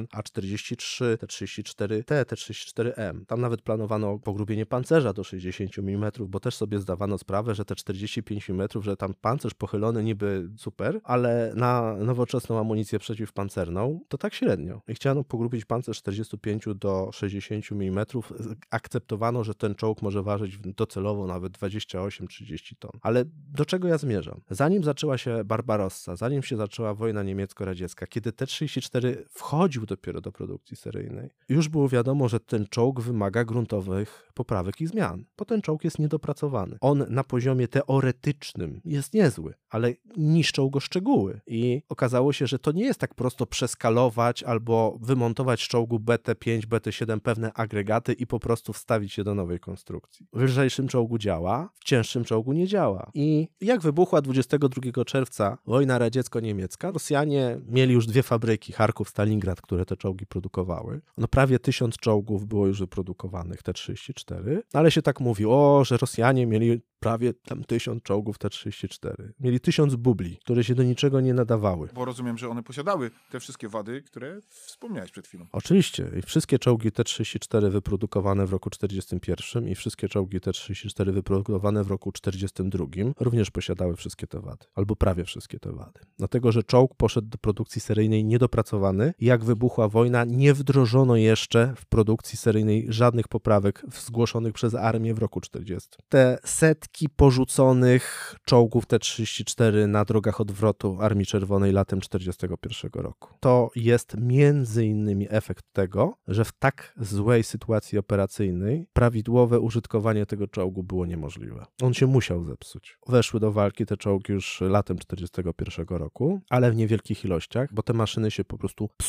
A43, T-34T, T-34M. Tam nawet planowano pogrubienie pancerza do 60 mm, bo też sobie zdawano sprawę, że te 45 mm, że tam pancerz pochylony niby super, ale na nowoczesną amunicję przeciwpancerną, to tak średnio. I chciano pogrubić pancerz z 45 do 60 mm. Akceptowano, że ten czołg może ważyć docelowo nawet 28-30 ton. Ale do czego ja zmierzam? Zanim zaczęła się Barbarossa, zanim się zaczęła wojna niemiecko-radziecka, kiedy T-34 wchodził dopiero do produkcji seryjnej, już było wiadomo, że ten czołg wymaga gruntowych poprawek i zmian, bo ten czołg jest niedopracowany. On na poziomie teoretycznym jest niezły, ale niszczą go szczegóły. I okazało się, że to nie jest tak prosto przeskalować albo wymontować z czołgu BT-5, BT-7 pewne agregaty i po prostu wstawić je do nowej konstrukcji. W lżejszym czołgu działa, w cięższym czołgu nie działa. I jak wybuchła 22 czerwca wojna radziecko-niemiecka, Rosjanie mieli już 2 fabryki, Charków, Stalingrad, które te czołgi produkowały. No prawie 1000 czołgów było już wyprodukowanych, T-34, ale się tak mówiło, że Rosjanie mieli prawie tam 1000 czołgów T-34. Mieli 1000 bubli, które się do niczego nie nadawały.
Bo rozumiem, że one posiadały te wszystkie wady, które wspomniałeś przed chwilą.
Oczywiście. I wszystkie czołgi T-34 wyprodukowane w roku 41 i wszystkie czołgi T-34 wyprodukowane w roku 42 również posiadały wszystkie te wady. Albo prawie wszystkie te wady. Dlatego, że czołg poszedł do produkcji seryjnej niedopracowany. Jak wybuchła wojna, nie wdrożono jeszcze w produkcji seryjnej żadnych poprawek zgłoszonych przez armię w roku 40. Te setki porzuconych czołgów T-34 na drogach odwrotu Armii Czerwonej latem 41 roku. To jest między innymi efekt tego, że w tak złej sytuacji operacyjnej prawidłowe użytkowanie tego czołgu było niemożliwe. On się musiał zepsuć. Weszły do walki te czołgi już latem 41 roku, ale w niewielkich ilościach, bo te maszyny się po prostu psuły.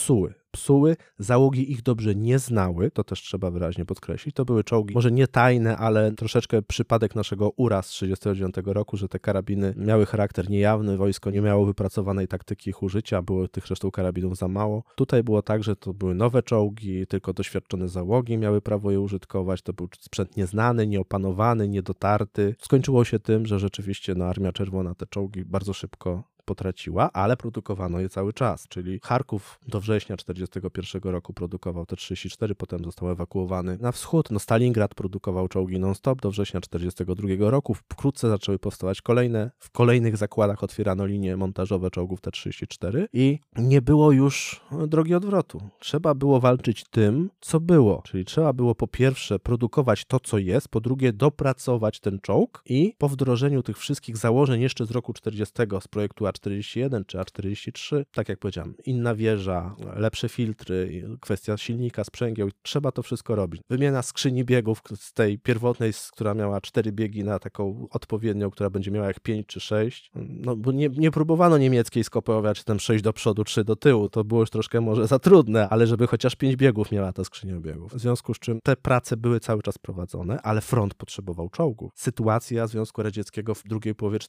psuły, załogi ich dobrze nie znały, to też trzeba wyraźnie podkreślić. To były czołgi, może nie tajne, ale troszeczkę przypadek naszego URA z 1939 roku, że te karabiny miały charakter niejawny, wojsko nie miało wypracowanej taktyki ich użycia, było tych zresztą karabinów za mało. Tutaj było tak, że to były nowe czołgi, tylko doświadczone załogi miały prawo je użytkować, to był sprzęt nieznany, nieopanowany, niedotarty. Skończyło się tym, że rzeczywiście Armia Czerwona te czołgi bardzo szybko potraciła, ale produkowano je cały czas, czyli Charków do września 1941 roku produkował T-34, potem został ewakuowany na wschód. Stalingrad produkował czołgi non-stop do września 1942 roku. Wkrótce zaczęły powstawać kolejne, w kolejnych zakładach otwierano linie montażowe czołgów T-34 i nie było już drogi odwrotu. Trzeba było walczyć tym, co było, czyli trzeba było po pierwsze produkować to, co jest, po drugie dopracować ten czołg i po wdrożeniu tych wszystkich założeń jeszcze z roku 40 z projektu A41 czy A43, tak jak powiedziałem, inna wieża, lepsze filtry, kwestia silnika, sprzęgieł, trzeba to wszystko robić. Wymiana skrzyni biegów z tej pierwotnej, która miała 4 biegi na taką odpowiednią, która będzie miała jak 5 czy 6, no bo nie próbowano niemieckiej skopiować tam 6 do przodu, 3 do tyłu, to było już troszkę może za trudne, ale żeby chociaż 5 biegów miała ta skrzynia biegów. W związku z czym te prace były cały czas prowadzone, ale front potrzebował czołgów. Sytuacja Związku Radzieckiego w drugiej połowie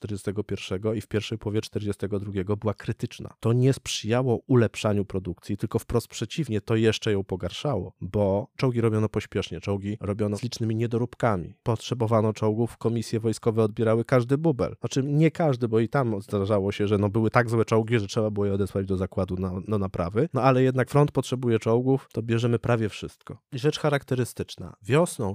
41 i w pierwszej połowie 42 była krytyczna. To nie sprzyjało ulepszaniu produkcji, tylko wprost przeciwnie, to jeszcze ją pogarszało, bo czołgi robiono pośpiesznie, czołgi robiono z licznymi niedoróbkami. Potrzebowano czołgów, komisje wojskowe odbierały każdy bubel. Znaczy nie każdy, bo i tam zdarzało się, że były tak złe czołgi, że trzeba było je odesłać do zakładu na naprawy, ale jednak front potrzebuje czołgów, to bierzemy prawie wszystko. I rzecz charakterystyczna. Wiosną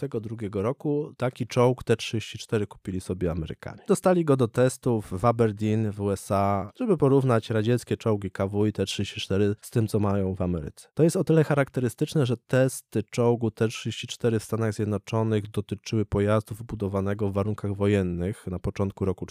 42 roku taki czołg T-34 kupili sobie Amerykanie. Dostali go do testów w Aberdeen w USA, żeby porównać radzieckie czołgi KW i T-34 z tym, co mają w Ameryce. To jest o tyle charakterystyczne, że testy czołgu T-34 w Stanach Zjednoczonych dotyczyły pojazdu wybudowanego w warunkach wojennych na początku roku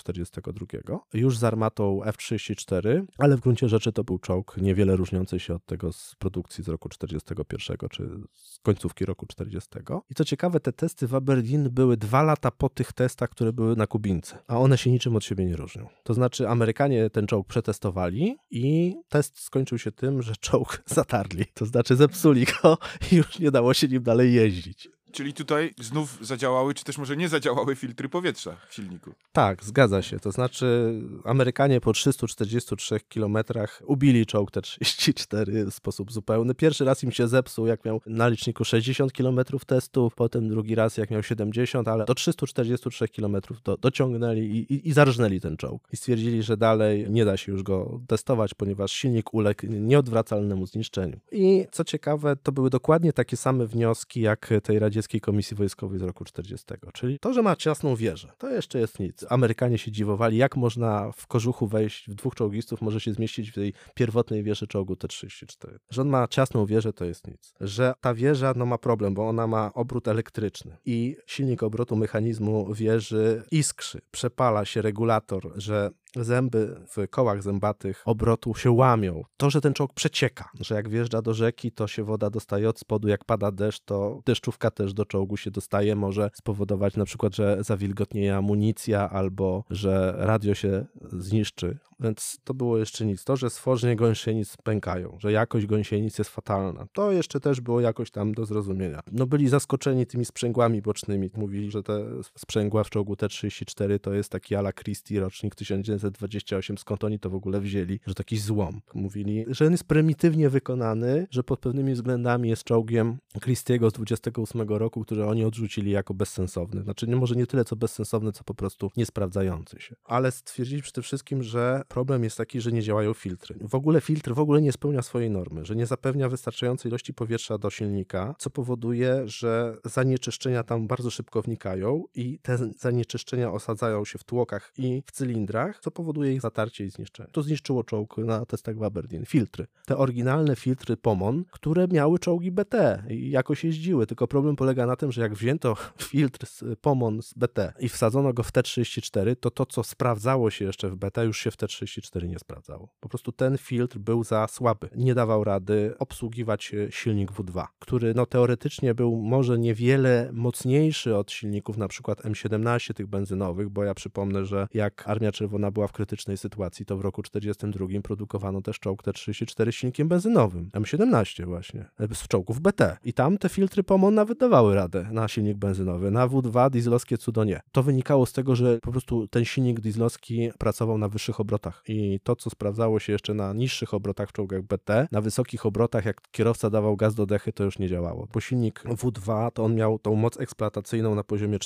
42, już z armatą F-34, ale w gruncie rzeczy to był czołg niewiele różniący się od tego z produkcji z roku 41 czy z końcówki roku 40. I co ciekawe, te testy w Aberdeen były 2 lata po tych testach, które były na Kubince, a one się niczym od siebie nie różnią. To znaczy Amerykanie ten czołg przetestowali i test skończył się tym, że czołg zatarli. To znaczy zepsuli go i już nie dało się nim dalej jeździć.
Czyli tutaj znów zadziałały, czy też może nie zadziałały filtry powietrza w silniku.
Tak, zgadza się. To znaczy Amerykanie po 343 kilometrach ubili czołg T-34 w sposób zupełny. Pierwszy raz im się zepsuł, jak miał na liczniku 60 kilometrów testów, potem drugi raz, jak miał 70, ale do 343 kilometrów dociągnęli i zarżnęli ten czołg. I stwierdzili, że dalej nie da się już go testować, ponieważ silnik uległ nieodwracalnemu zniszczeniu. I co ciekawe, to były dokładnie takie same wnioski, jak tej radzieckiej Komisji Wojskowej z roku 40. Czyli to, że ma ciasną wieżę, to jeszcze jest nic. Amerykanie się dziwowali, jak można w kożuchu wejść, w 2 czołgistów może się zmieścić w tej pierwotnej wieży czołgu T-34. Że on ma ciasną wieżę, to jest nic. Że ta wieża ma problem, bo ona ma obrót elektryczny i silnik obrotu mechanizmu wieży iskrzy, przepala się regulator, że zęby w kołach zębatych obrotu się łamią. To, że ten czołg przecieka, że jak wjeżdża do rzeki, to się woda dostaje od spodu, jak pada deszcz, to deszczówka też do czołgu się dostaje, może spowodować na przykład, że zawilgotnieje amunicja albo że radio się zniszczy. Więc to było jeszcze nic. To, że stworzenie gąsienic pękają, że jakość gąsienic jest fatalna, to jeszcze też było jakoś tam do zrozumienia. Byli zaskoczeni tymi sprzęgłami bocznymi. Mówili, że te sprzęgła w czołgu T-34 to jest taki ala Christie, rocznik 1928, skąd oni to w ogóle wzięli, że taki złom. Mówili, że on jest prymitywnie wykonany, że pod pewnymi względami jest czołgiem Christiego z 28 roku, który oni odrzucili jako bezsensowny. Znaczy może nie tyle co bezsensowny, co po prostu niesprawdzający się. Ale stwierdzili przede wszystkim, że problem jest taki, że nie działają filtry. Filtr w ogóle nie spełnia swojej normy, że nie zapewnia wystarczającej ilości powietrza do silnika, co powoduje, że zanieczyszczenia tam bardzo szybko wnikają i te zanieczyszczenia osadzają się w tłokach i w cylindrach, co powoduje ich zatarcie i zniszczenie. To zniszczyło czołg na testach w Aberdeen. Filtry. Te oryginalne filtry POMON, które miały czołgi BT i jakoś jeździły, tylko problem polega na tym, że jak wzięto filtr z POMON z BT i wsadzono go w T-34, to co sprawdzało się jeszcze w BT, już się w T-34 T34 nie sprawdzało. Po prostu ten filtr był za słaby. Nie dawał rady obsługiwać silnik W2, który no teoretycznie był może niewiele mocniejszy od silników na przykład M17 tych benzynowych, bo ja przypomnę, że jak Armia Czerwona była w krytycznej sytuacji, to w roku 1942 produkowano też czołg T34 z silnikiem benzynowym. M17 właśnie, z czołgów BT. I tam te filtry POMON nawet dawały radę na silnik benzynowy. Na W2 dieslowskie cudo nie. To wynikało z tego, że po prostu ten silnik dieslowski pracował na wyższych obrotach i to, co sprawdzało się jeszcze na niższych obrotach w czołgach BT, na wysokich obrotach, jak kierowca dawał gaz do dechy, to już nie działało. Bo silnik W2 to on miał tą moc eksploatacyjną na poziomie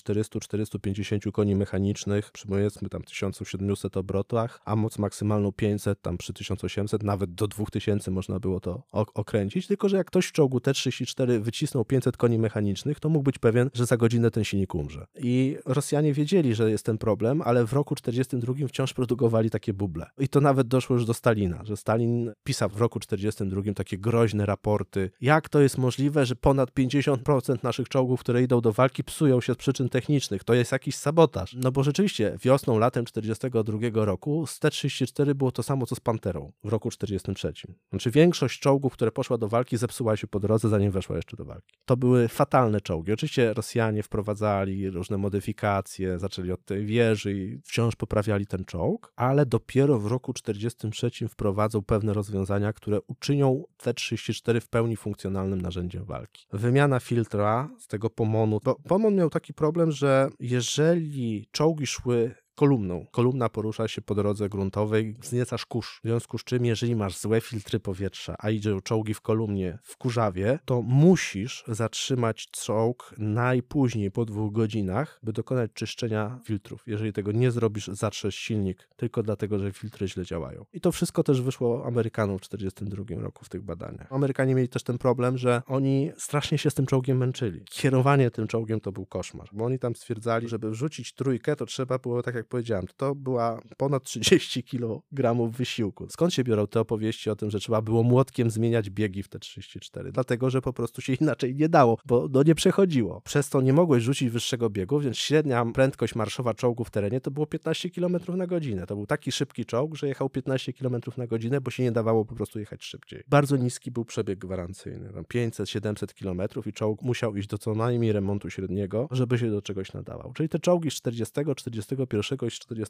400-450 koni mechanicznych, przy powiedzmy tam 1700 obrotach, a moc maksymalną 500, tam przy 1800, nawet do 2000 można było to okręcić, tylko że jak ktoś w czołgu T34 wycisnął 500 koni mechanicznych, to mógł być pewien, że za godzinę ten silnik umrze. I Rosjanie wiedzieli, że jest ten problem, ale w roku 1942 wciąż produkowali takie buble. I to nawet doszło już do Stalina, że Stalin pisał w roku 1942 takie groźne raporty, jak to jest możliwe, że ponad 50% naszych czołgów, które idą do walki, psują się z przyczyn technicznych. To jest jakiś sabotaż. No bo rzeczywiście wiosną, latem 1942 roku z T-34 było to samo, co z Panterą w roku 1943. Znaczy większość czołgów, które poszła do walki, zepsuła się po drodze, zanim weszła jeszcze do walki. To były fatalne czołgi. Oczywiście Rosjanie wprowadzali różne modyfikacje, zaczęli od tej wieży i wciąż poprawiali ten czołg, ale dopiero w roku 1943 wprowadzą pewne rozwiązania, które uczynią T-34 w pełni funkcjonalnym narzędziem walki. Wymiana filtra z tego POMON-u, bo POMON miał taki problem, że jeżeli czołgi szły kolumną. Kolumna porusza się po drodze gruntowej, wzniecasz kurz. W związku z czym, jeżeli masz złe filtry powietrza, a idą czołgi w kolumnie w kurzawie, to musisz zatrzymać czołg najpóźniej po 2 godzinach, by dokonać czyszczenia filtrów. Jeżeli tego nie zrobisz, zatrzesz silnik tylko dlatego, że filtry źle działają. I to wszystko też wyszło Amerykanom w 1942 roku w tych badaniach. Amerykanie mieli też ten problem, że oni strasznie się z tym czołgiem męczyli. Kierowanie tym czołgiem to był koszmar, bo oni tam stwierdzali, żeby wrzucić trójkę, to trzeba było, tak jak powiedziałem, to była ponad 30 kg wysiłku. Skąd się biorą te opowieści o tym, że trzeba było młotkiem zmieniać biegi w T-34? Dlatego, że po prostu się inaczej nie dało, bo nie przechodziło. Przez to nie mogłeś rzucić wyższego biegu, więc średnia prędkość marszowa czołgu w terenie to było 15 km na godzinę. To był taki szybki czołg, że jechał 15 km na godzinę, bo się nie dawało po prostu jechać szybciej. Bardzo niski był przebieg gwarancyjny, 500-700 km i czołg musiał iść do co najmniej remontu średniego, żeby się do czegoś nadawał. Czyli te czołgi z 40, 41 i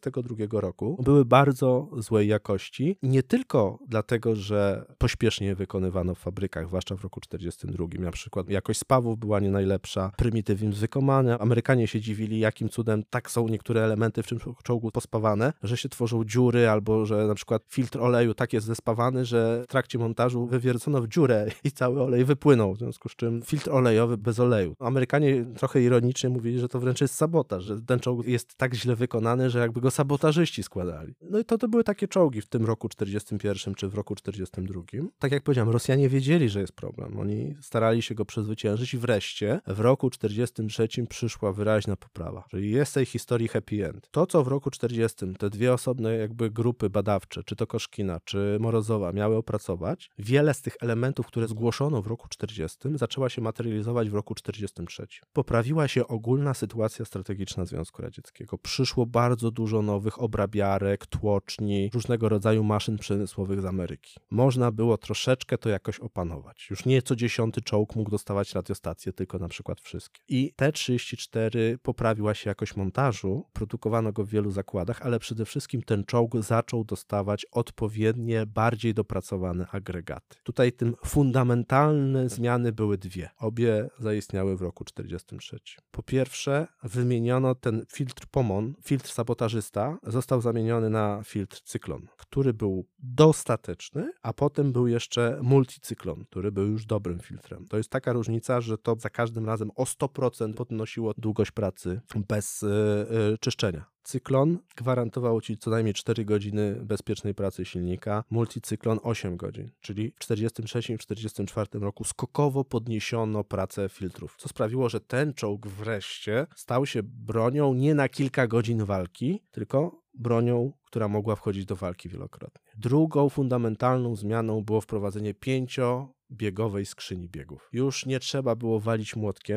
42 roku były bardzo złej jakości. Nie tylko dlatego, że pośpiesznie je wykonywano w fabrykach, zwłaszcza w roku 42. Na przykład jakość spawów była nie najlepsza, prymitywizm wykonania. Amerykanie się dziwili, jakim cudem tak są niektóre elementy w tym czołgu pospawane, że się tworzą dziury, albo że na przykład filtr oleju tak jest zespawany, że w trakcie montażu wywiercono w dziurę i cały olej wypłynął, w związku z czym filtr olejowy bez oleju. Amerykanie trochę ironicznie mówili, że to wręcz jest sabotaż, że ten czołg jest tak źle wykonany, że jakby go sabotażyści składali. No i to były takie czołgi w tym roku 41 czy w roku 42. Tak jak powiedziałem, Rosjanie wiedzieli, że jest problem. Oni starali się go przezwyciężyć i wreszcie w roku 43 przyszła wyraźna poprawa. Czyli jest tej historii happy end. To, co w roku 40 te dwie osobne jakby grupy badawcze, czy to Koszkina, czy Morozowa miały opracować, wiele z tych elementów, które zgłoszono w roku 40 zaczęła się materializować w roku 43. Poprawiła się ogólna sytuacja strategiczna Związku Radzieckiego. Przyszło bardzo dużo nowych obrabiarek, tłoczni, różnego rodzaju maszyn przemysłowych z Ameryki. Można było troszeczkę to jakoś opanować. Już nie co 10 czołg mógł dostawać radiostacje, tylko na przykład wszystkie. I T-34 poprawiła się jakość montażu, produkowano go w wielu zakładach, ale przede wszystkim ten czołg zaczął dostawać odpowiednie, bardziej dopracowane agregaty. Tutaj tym fundamentalne zmiany były dwie. Obie zaistniały w roku 43. Po pierwsze, wymieniono ten filtr POMON, filtr sabotażysta, został zamieniony na filtr cyklon, który był dostateczny, a potem był jeszcze multicyklon, który był już dobrym filtrem. To jest taka różnica, że to za każdym razem o 100% podnosiło długość pracy bez czyszczenia. Cyklon gwarantował ci co najmniej 4 godziny bezpiecznej pracy silnika, multicyklon 8 godzin, czyli w 43 i 44 roku skokowo podniesiono pracę filtrów, co sprawiło, że ten czołg wreszcie stał się bronią nie na kilka godzin walki, tylko bronią, która mogła wchodzić do walki wielokrotnie. Drugą fundamentalną zmianą było wprowadzenie 5-biegowej skrzyni biegów. Już nie trzeba było walić młotkiem,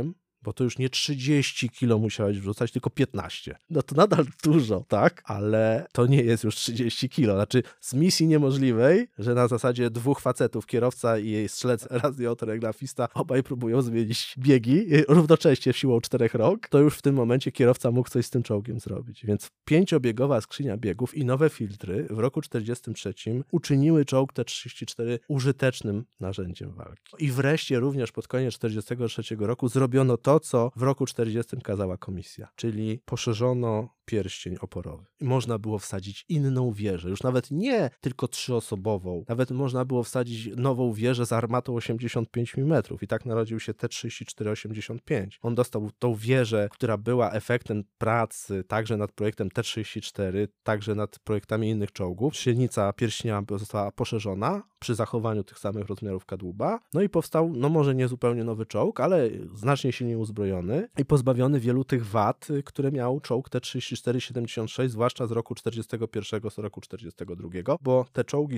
bo to już nie 30 kilo musiałeś wrzucać, tylko 15. No to nadal dużo, tak? Ale to nie jest już 30 kilo. Znaczy z misji niemożliwej, że na zasadzie dwóch facetów, kierowca i strzelec radiotelegrafista, obaj próbują zmienić biegi równocześnie siłą 4 rąk, to już w tym momencie kierowca mógł coś z tym czołgiem zrobić. Więc 5-biegowa skrzynia biegów i nowe filtry w roku 1943 uczyniły czołg T-34 użytecznym narzędziem walki. I wreszcie również pod koniec 1943 roku zrobiono to, co w roku 1940 kazała komisja, czyli poszerzono pierścień oporowy. I można było wsadzić inną wieżę, już nawet nie tylko 3-osobową, nawet można było wsadzić nową wieżę z armatą 85 mm i tak narodził się T-34-85. On dostał tą wieżę, która była efektem pracy także nad projektem T-34, także nad projektami innych czołgów. Średnica pierścienia została poszerzona przy zachowaniu tych samych rozmiarów kadłuba, no i powstał, no może nie zupełnie nowy czołg, ale znacznie silniej uzbrojony i pozbawiony wielu tych wad, które miał czołg T-34-76, zwłaszcza z roku 41, z roku 42, bo te czołgi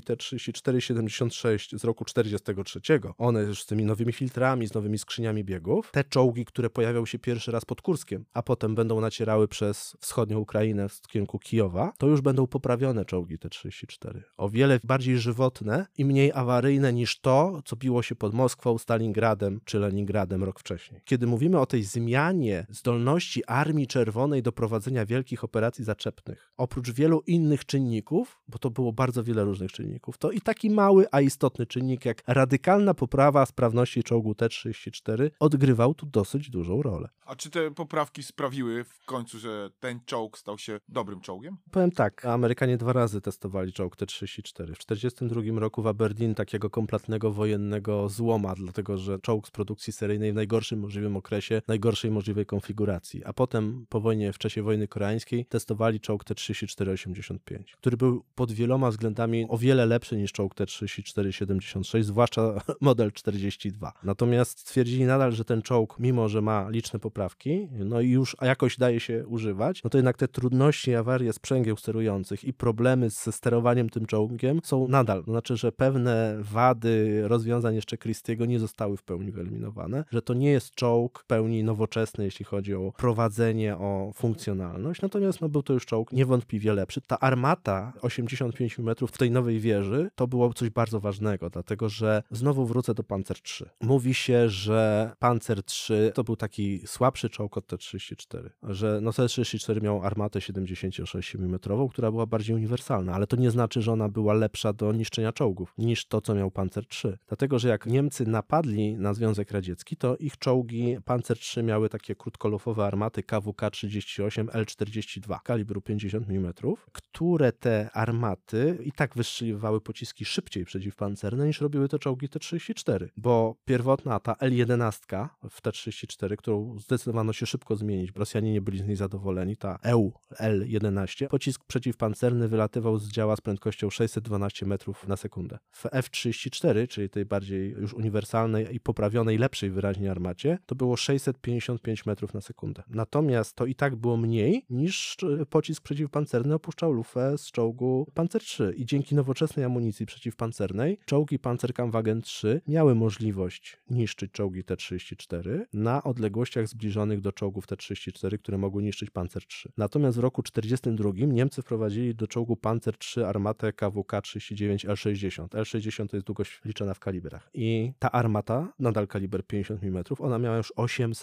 T-34-76 z roku 43, one już z tymi nowymi filtrami, z nowymi skrzyniami biegów, te czołgi, które pojawią się pierwszy raz pod Kurskiem, a potem będą nacierały przez wschodnią Ukrainę w kierunku Kijowa, to już będą poprawione czołgi T-34. O wiele bardziej żywotne i mniej awaryjne niż to, co biło się pod Moskwą, Stalingradem czy Leningradem rok wcześniej. Kiedy mówimy o tej zmianie zdolności Armii Czerwonej do prowadzenia wielkich operacji zaczepnych, oprócz wielu innych czynników, bo to było bardzo wiele różnych czynników, to i taki mały, a istotny czynnik jak radykalna poprawa sprawności czołgu T-34 odgrywał tu dosyć dużą rolę.
A czy te poprawki sprawiły w końcu, że ten czołg stał się dobrym czołgiem?
Powiem tak, Amerykanie 2 razy testowali czołg T-34. W 1942 roku w Aberdeen takiego kompletnego wojennego złoma, dlatego że czołg z produkcji seryjnej w najgorszym możliwym okresie, najgorszej możliwej konfiguracji. A potem po wojnie, w czasie wojny koreańskiej testowali czołg T-34-85, który był pod wieloma względami o wiele lepszy niż czołg T-34-76, zwłaszcza model 42. Natomiast stwierdzili nadal, że ten czołg, mimo że ma liczne poprawki, no i już jakoś daje się używać, no to jednak te trudności i awarie sprzęgieł sterujących i problemy ze sterowaniem tym czołgiem są nadal. To znaczy, że pewne wady rozwiązań jeszcze Christiego nie zostały w pełni wyeliminowane, że to nie jest czołg w pełni nowoczesny, jeśli chodzi o prowadzenie, o funkcjonalność, natomiast no, był to już czołg niewątpliwie lepszy. Ta armata 85 mm w tej nowej wieży to było coś bardzo ważnego, dlatego że znowu wrócę do Panzer III. Mówi się, że Panzer III to był taki słabszy czołg od T-34, że no T-34 miał armatę 76 mm, która była bardziej uniwersalna, ale to nie znaczy, że ona była lepsza do niszczenia czołgów niż to, co miał Panzer III. Dlatego, że jak Niemcy napadli na Związek Radziecki, to ich czołgi Panzer III miały takie krótkolofowe armaty KWK-38 L-42 kalibru 50 mm, które te armaty i tak wystrzeliwały pociski szybciej przeciwpancerne niż robiły to czołgi T-34, bo pierwotna ta L-11 w T-34, którą zdecydowano się szybko zmienić, bo Rosjanie nie byli z niej zadowoleni, ta L-11, pocisk przeciwpancerny wylatywał z działa z prędkością 612 metrów na sekundę. W F-34, czyli tej bardziej już uniwersalnej i poprawionej, lepszej wyraźnie armacie, to było 655 metrów na sekundę. Natomiast to i tak było mniej niż pocisk przeciwpancerny opuszczał lufę z czołgu Panzer III i dzięki nowoczesnej amunicji przeciwpancernej czołgi Panzerkampfwagen III miały możliwość niszczyć czołgi T-34 na odległościach zbliżonych do czołgów T-34, które mogły niszczyć Panzer III. Natomiast w roku 1942 Niemcy wprowadzili do czołgu Panzer III armatę KWK-39 L-60. L-60 to jest długość liczona w kalibrach. I ta armata, nadal kaliber 50 mm, ona miała już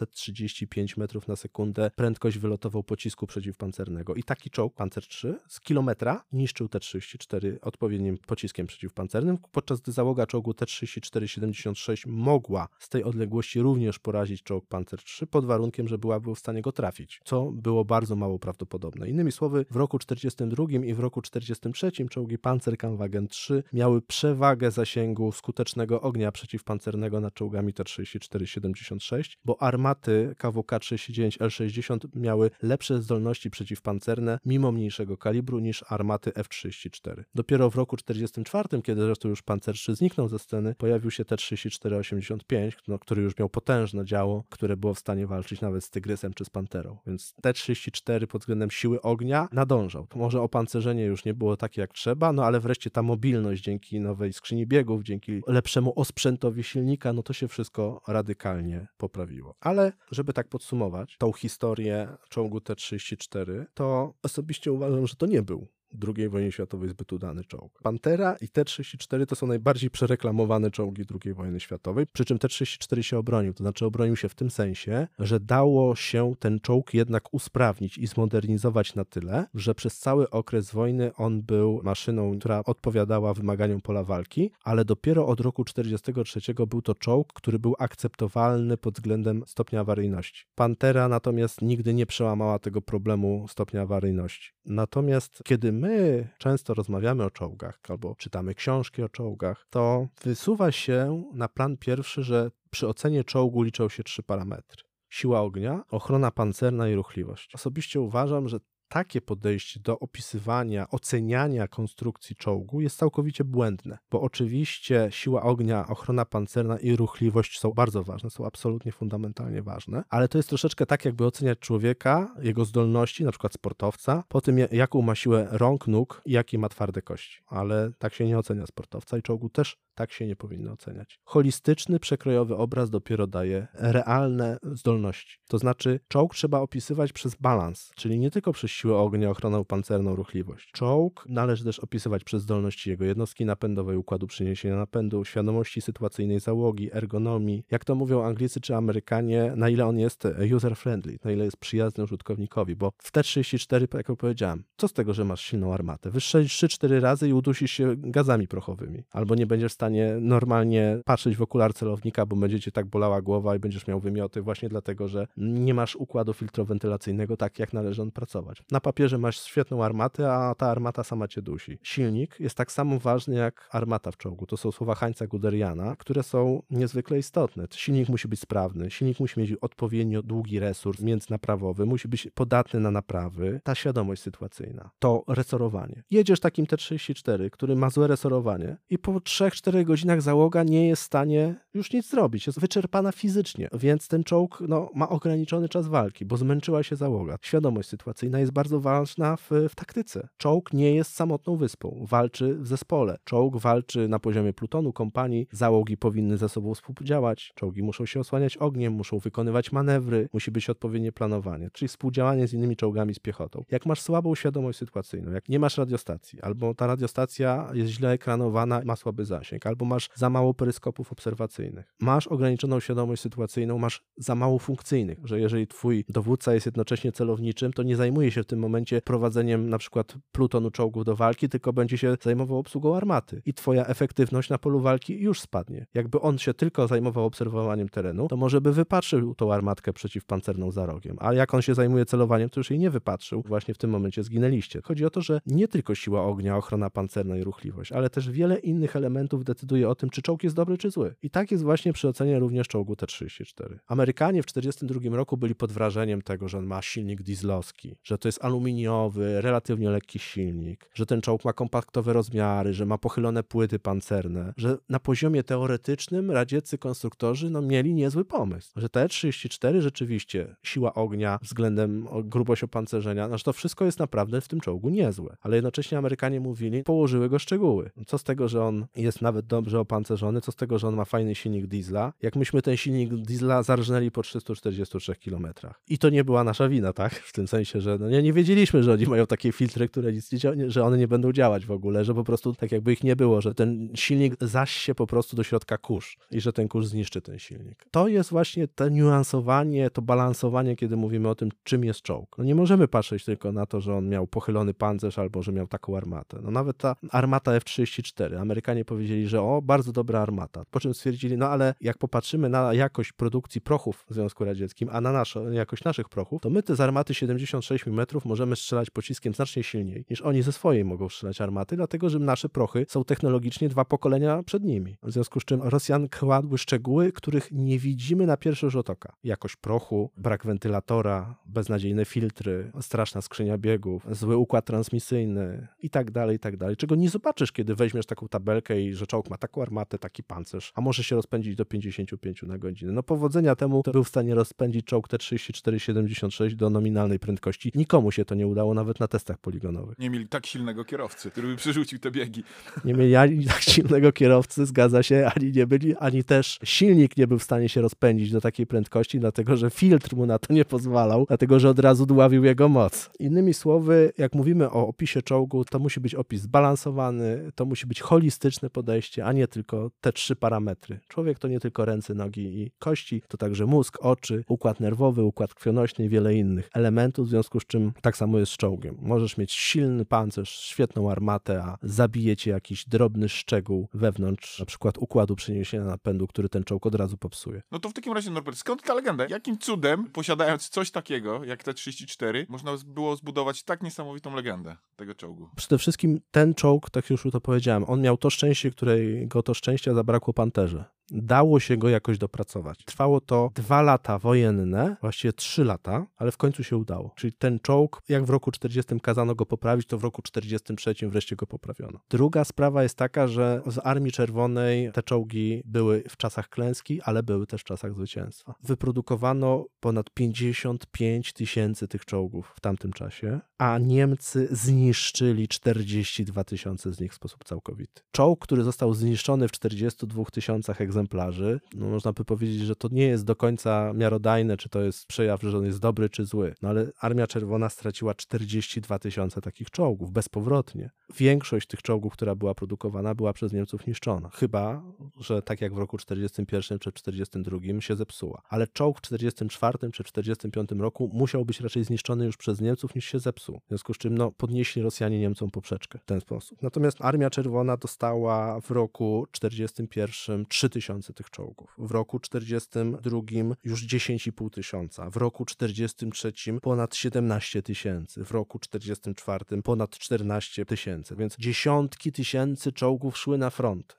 835 metrów na sekundę prędkość wylotową pocisku przeciwpancernego. I taki czołg Panzer III z kilometra niszczył T-34 odpowiednim pociskiem przeciwpancernym, podczas gdy załoga czołgu T-34-76 mogła z tej odległości również porazić czołg Panzer III pod warunkiem, że byłaby w stanie go trafić, co było bardzo mało prawdopodobne. Innymi słowy, w roku 1942 i w roku 1943 czołgi Panzerkampfwagen III miały przewagę zasięgu skutecznego ognia przeciwpancernego nad czołgami T-34-76, bo armaty KWK-39 L-60 miały lepsze zdolności zdolności przeciwpancerne mimo mniejszego kalibru niż armaty F-34. Dopiero w roku 1944, kiedy zresztą już pancerszy zniknął ze sceny, pojawił się T-34-85, który już miał potężne działo, które było w stanie walczyć nawet z Tygrysem czy z Panterą. Więc T-34 pod względem siły ognia nadążał. To może opancerzenie już nie było takie jak trzeba, no ale wreszcie ta mobilność dzięki nowej skrzyni biegów, dzięki lepszemu osprzętowi silnika, no to się wszystko radykalnie poprawiło. Ale żeby tak podsumować tą historię czołgu T-34, to osobiście uważam, że to nie był w II wojnie światowej zbyt udany czołg. Pantera i T-34 to są najbardziej przereklamowane czołgi II wojny światowej, przy czym T-34 się obronił, to znaczy obronił się w tym sensie, że dało się ten czołg jednak usprawnić i zmodernizować na tyle, że przez cały okres wojny on był maszyną, która odpowiadała wymaganiom pola walki, ale dopiero od roku 1943 był to czołg, który był akceptowalny pod względem stopnia awaryjności. Pantera natomiast nigdy nie przełamała tego problemu stopnia awaryjności. Natomiast kiedy my często rozmawiamy o czołgach albo czytamy książki o czołgach, to wysuwa się na plan pierwszy, że przy ocenie czołgu liczą się 3 parametry. Siła ognia, ochrona pancerna i ruchliwość. Osobiście uważam, że takie podejście do opisywania, oceniania konstrukcji czołgu jest całkowicie błędne, bo oczywiście siła ognia, ochrona pancerna i ruchliwość są bardzo ważne, są absolutnie fundamentalnie ważne, ale to jest troszeczkę tak, jakby oceniać człowieka, jego zdolności, na przykład sportowca, po tym jaką ma siłę rąk, nóg i jakie ma twarde kości. Ale tak się nie ocenia sportowca i czołgu też tak się nie powinno oceniać. Holistyczny, przekrojowy obraz dopiero daje realne zdolności. To znaczy czołg trzeba opisywać przez balans, czyli nie tylko przez siłę ognia, ochronę pancerną, ruchliwość. Czołg należy też opisywać przez zdolności jego jednostki napędowej, układu przeniesienia napędu, świadomości sytuacyjnej załogi, ergonomii. Jak to mówią Anglicy czy Amerykanie, na ile on jest user-friendly, na ile jest przyjazny użytkownikowi, bo w T-34, jak powiedziałem, co z tego, że masz silną armatę? Wystrzelisz 3-4 razy i udusisz się gazami prochowymi. Albo nie będziesz w stanie normalnie patrzeć w okular celownika, bo będzie cię tak bolała głowa i będziesz miał wymioty właśnie dlatego, że nie masz układu filtrowentylacyjnego tak, jak należy on pracować. Na papierze masz świetną armatę, a ta armata sama cię dusi. Silnik jest tak samo ważny jak armata w czołgu. To są słowa Heinza Guderiana, które są niezwykle istotne. Silnik musi być sprawny, silnik musi mieć odpowiednio długi resurs międzynaprawowy, musi być podatny na naprawy. Ta świadomość sytuacyjna, to resorowanie. Jedziesz takim T-34, który ma złe resorowanie i po 3-4 godzinach załoga nie jest w stanie już nic zrobić. Jest wyczerpana fizycznie, więc ten czołg ma ograniczony czas walki, bo zmęczyła się załoga. Świadomość sytuacyjna jest bardzo ważna w taktyce. Czołg nie jest samotną wyspą, walczy w zespole. Czołg walczy na poziomie plutonu, kompanii, załogi powinny ze sobą współdziałać, czołgi muszą się osłaniać ogniem, muszą wykonywać manewry, musi być odpowiednie planowanie, czyli współdziałanie z innymi czołgami, z piechotą. Jak masz słabą świadomość sytuacyjną, jak nie masz radiostacji, albo ta radiostacja jest źle ekranowana, ma słaby zasięg, albo masz za mało peryskopów obserwacyjnych, masz ograniczoną świadomość sytuacyjną, masz za mało funkcyjnych, że jeżeli twój dowódca jest jednocześnie celowniczym, to nie zajmuje się w tym momencie prowadzeniem na przykład plutonu czołgów do walki, tylko będzie się zajmował obsługą armaty i twoja efektywność na polu walki już spadnie. Jakby on się tylko zajmował obserwowaniem terenu, to może by wypatrzył tą armatkę przeciwpancerną za rogiem, a jak on się zajmuje celowaniem, to już jej nie wypatrzył. Właśnie w tym momencie zginęliście. Chodzi o to, że nie tylko siła ognia, ochrona pancerna i ruchliwość, ale też wiele innych elementów decyduje o tym, czy czołg jest dobry, czy zły. I tak jest właśnie przy ocenie również czołgu T-34. Amerykanie w 1942 roku byli pod wrażeniem tego, że on ma silnik dieslowski, że to jest aluminiowy, relatywnie lekki silnik, że ten czołg ma kompaktowe rozmiary, że ma pochylone płyty pancerne, że na poziomie teoretycznym radzieccy konstruktorzy mieli niezły pomysł, że T-34 rzeczywiście siła ognia względem grubość opancerzenia, to wszystko jest naprawdę w tym czołgu niezłe, ale jednocześnie Amerykanie mówili, położyły go szczegóły. Co z tego, że on jest nawet dobrze opancerzony, co z tego, że on ma fajny silnik diesla, jak myśmy ten silnik diesla zarżnęli po 343 km. I to nie była nasza wina, tak? W tym sensie, że nie wiedzieliśmy, że oni mają takie filtry, które nic nie działają, że one nie będą działać w ogóle, że po prostu tak jakby ich nie było, że ten silnik zaś się po prostu do środka kurz i że ten kurz zniszczy ten silnik. To jest właśnie to niuansowanie, to balansowanie, kiedy mówimy o tym, czym jest czołg. Nie możemy patrzeć tylko na to, że on miał pochylony pancerz albo że miał taką armatę. Nawet ta armata F-34, Amerykanie powiedzieli, że bardzo dobra armata. Po czym stwierdzili, no ale jak popatrzymy na jakość produkcji prochów w Związku Radzieckim, a na jakość naszych prochów, to my te z armaty 76 mm możemy strzelać pociskiem znacznie silniej, niż oni ze swojej mogą strzelać armaty, dlatego że nasze prochy są technologicznie 2 pokolenia przed nimi. W związku z czym Rosjan kładły szczegóły, których nie widzimy na pierwszy rzut oka. Jakość prochu, brak wentylatora, beznadziejne filtry, straszna skrzynia biegów, zły układ transmisyjny i tak dalej, czego nie zobaczysz, kiedy weźmiesz taką tabelkę i że czołg ma taką armatę, taki pancerz, a może się rozpędzić do 55 na godzinę. No powodzenia temu, to był w stanie rozpędzić czołg T-34-76 do nominalnej prędkości. Nikomu się to nie udało, nawet na testach poligonowych.
Nie mieli tak silnego kierowcy, który by przerzucił te biegi.
Nie mieli ani tak silnego kierowcy, zgadza się, ani też silnik nie był w stanie się rozpędzić do takiej prędkości, dlatego że filtr mu na to nie pozwalał, dlatego że od razu dławił jego moc. Innymi słowy, jak mówimy o opisie czołgu, to musi być opis zbalansowany, to musi być holistyczne podejście, a nie tylko te 3 parametry. Człowiek to nie tylko ręce, nogi i kości, to także mózg, oczy, układ nerwowy, układ krwionośny i wiele innych elementów, w związku z czym tak samo jest z czołgiem. Możesz mieć silny pancerz, świetną armatę, a zabije cię jakiś drobny szczegół wewnątrz, na przykład układu przeniesienia napędu, który ten czołg od razu popsuje.
No to w takim razie, Norbert, skąd ta legenda? Jakim cudem, posiadając coś takiego, jak T-34, można było zbudować tak niesamowitą legendę tego czołgu?
Przede wszystkim ten czołg, tak już to powiedziałem, on miał to szczęście, którego to szczęścia zabrakło Panterze. Dało się go jakoś dopracować. Trwało to 2 lata wojenne, właściwie 3 lata, ale w końcu się udało. Czyli ten czołg, jak w roku 40 kazano go poprawić, to w roku 43 wreszcie go poprawiono. Druga sprawa jest taka, że z Armii Czerwonej te czołgi były w czasach klęski, ale były też w czasach zwycięstwa. Wyprodukowano ponad 55 000 tych czołgów w tamtym czasie, a Niemcy zniszczyli 42 000 z nich w sposób całkowity. Czołg, który został zniszczony w 42 000 egzemplarzy, no można by powiedzieć, że to nie jest do końca miarodajne, czy to jest przejaw, że on jest dobry, czy zły. No ale Armia Czerwona straciła 42 000 takich czołgów, bezpowrotnie. Większość tych czołgów, która była produkowana, była przez Niemców niszczona. Chyba, że tak jak w roku 41 czy 42 się zepsuła. Ale czołg w 44 czy 45 roku musiał być raczej zniszczony już przez Niemców, niż się zepsuł. W związku z czym podnieśli Rosjanie Niemcom poprzeczkę w ten sposób. Natomiast Armia Czerwona dostała w roku 41 3000 tych czołgów. W roku 42 już 10 500. W roku 43 ponad 17 000. W roku 44 ponad 14 000. Więc dziesiątki tysięcy czołgów szły na front.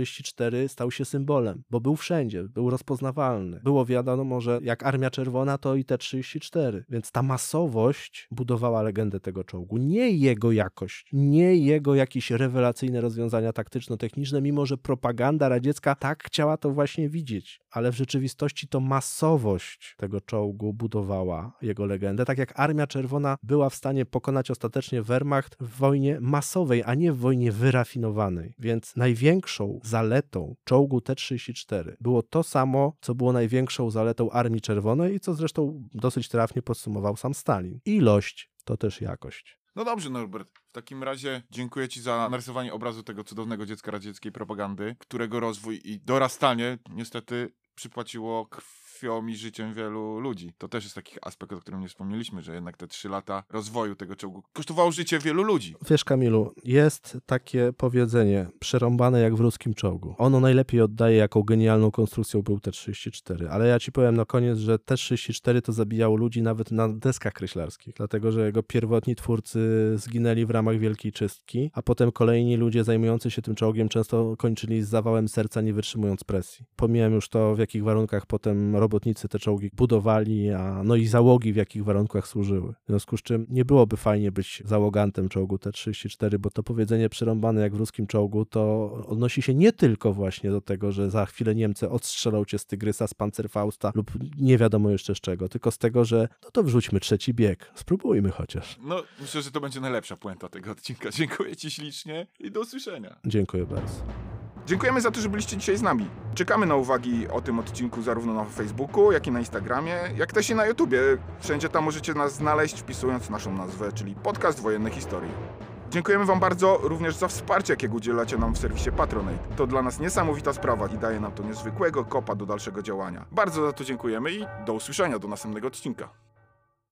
T-34 stał się symbolem, bo był wszędzie, był rozpoznawalny. Było wiadomo, że jak Armia Czerwona, to i T-34. Więc ta masowość budowała legendę tego czołgu. Nie jego jakość, nie jego jakieś rewelacyjne rozwiązania taktyczno-techniczne, mimo że propaganda radziecka tak chciała to właśnie widzieć. Ale w rzeczywistości to masowość tego czołgu budowała jego legendę. Tak jak Armia Czerwona była w stanie pokonać ostatecznie Wehrmacht w wojnie masowej, a nie w wojnie wyrafinowanej. Więc największą zaletą czołgu T-34 było to samo, co było największą zaletą Armii Czerwonej i co zresztą dosyć trafnie podsumował sam Stalin. Ilość to też jakość.
No dobrze, Norbert. W takim razie dziękuję ci za narysowanie obrazu tego cudownego dziecka radzieckiej propagandy, którego rozwój i dorastanie niestety przypłaciło krwią i życiem wielu ludzi. To też jest taki aspekt, o którym nie wspomnieliśmy, że jednak te 3 lata rozwoju tego czołgu kosztowało życie wielu ludzi.
Wiesz, Kamilu, jest takie powiedzenie, przerąbane jak w ruskim czołgu. Ono najlepiej oddaje, jaką genialną konstrukcją był T-34, ale ja ci powiem na koniec, że T-34 to zabijało ludzi nawet na deskach kreślarskich, dlatego, że jego pierwotni twórcy zginęli w ramach Wielkiej Czystki, a potem kolejni ludzie zajmujący się tym czołgiem często kończyli z zawałem serca, nie wytrzymując presji. Pomijam już to, w jakich warunkach potem robotnicy te czołgi budowali, no i załogi w jakich warunkach służyły. W związku z czym nie byłoby fajnie być załogantem czołgu T-34, bo to powiedzenie przerąbane jak w ruskim czołgu, to odnosi się nie tylko właśnie do tego, że za chwilę Niemcy odstrzelą cię z Tygrysa, z Panzerfausta lub nie wiadomo jeszcze z czego, tylko z tego, że no to wrzućmy 3. bieg. Spróbujmy chociaż.
No, myślę, że to będzie najlepsza puenta tego odcinka. Dziękuję ci ślicznie i do usłyszenia.
Dziękuję bardzo.
Dziękujemy za to, że byliście dzisiaj z nami. Czekamy na uwagi o tym odcinku zarówno na Facebooku, jak i na Instagramie, jak też i na YouTubie. Wszędzie tam możecie nas znaleźć, wpisując naszą nazwę, czyli Podcast Wojenne Historii. Dziękujemy wam bardzo również za wsparcie, jakiego udzielacie nam w serwisie Patronite. To dla nas niesamowita sprawa i daje nam to niezwykłego kopa do dalszego działania. Bardzo za to dziękujemy i do usłyszenia do następnego odcinka.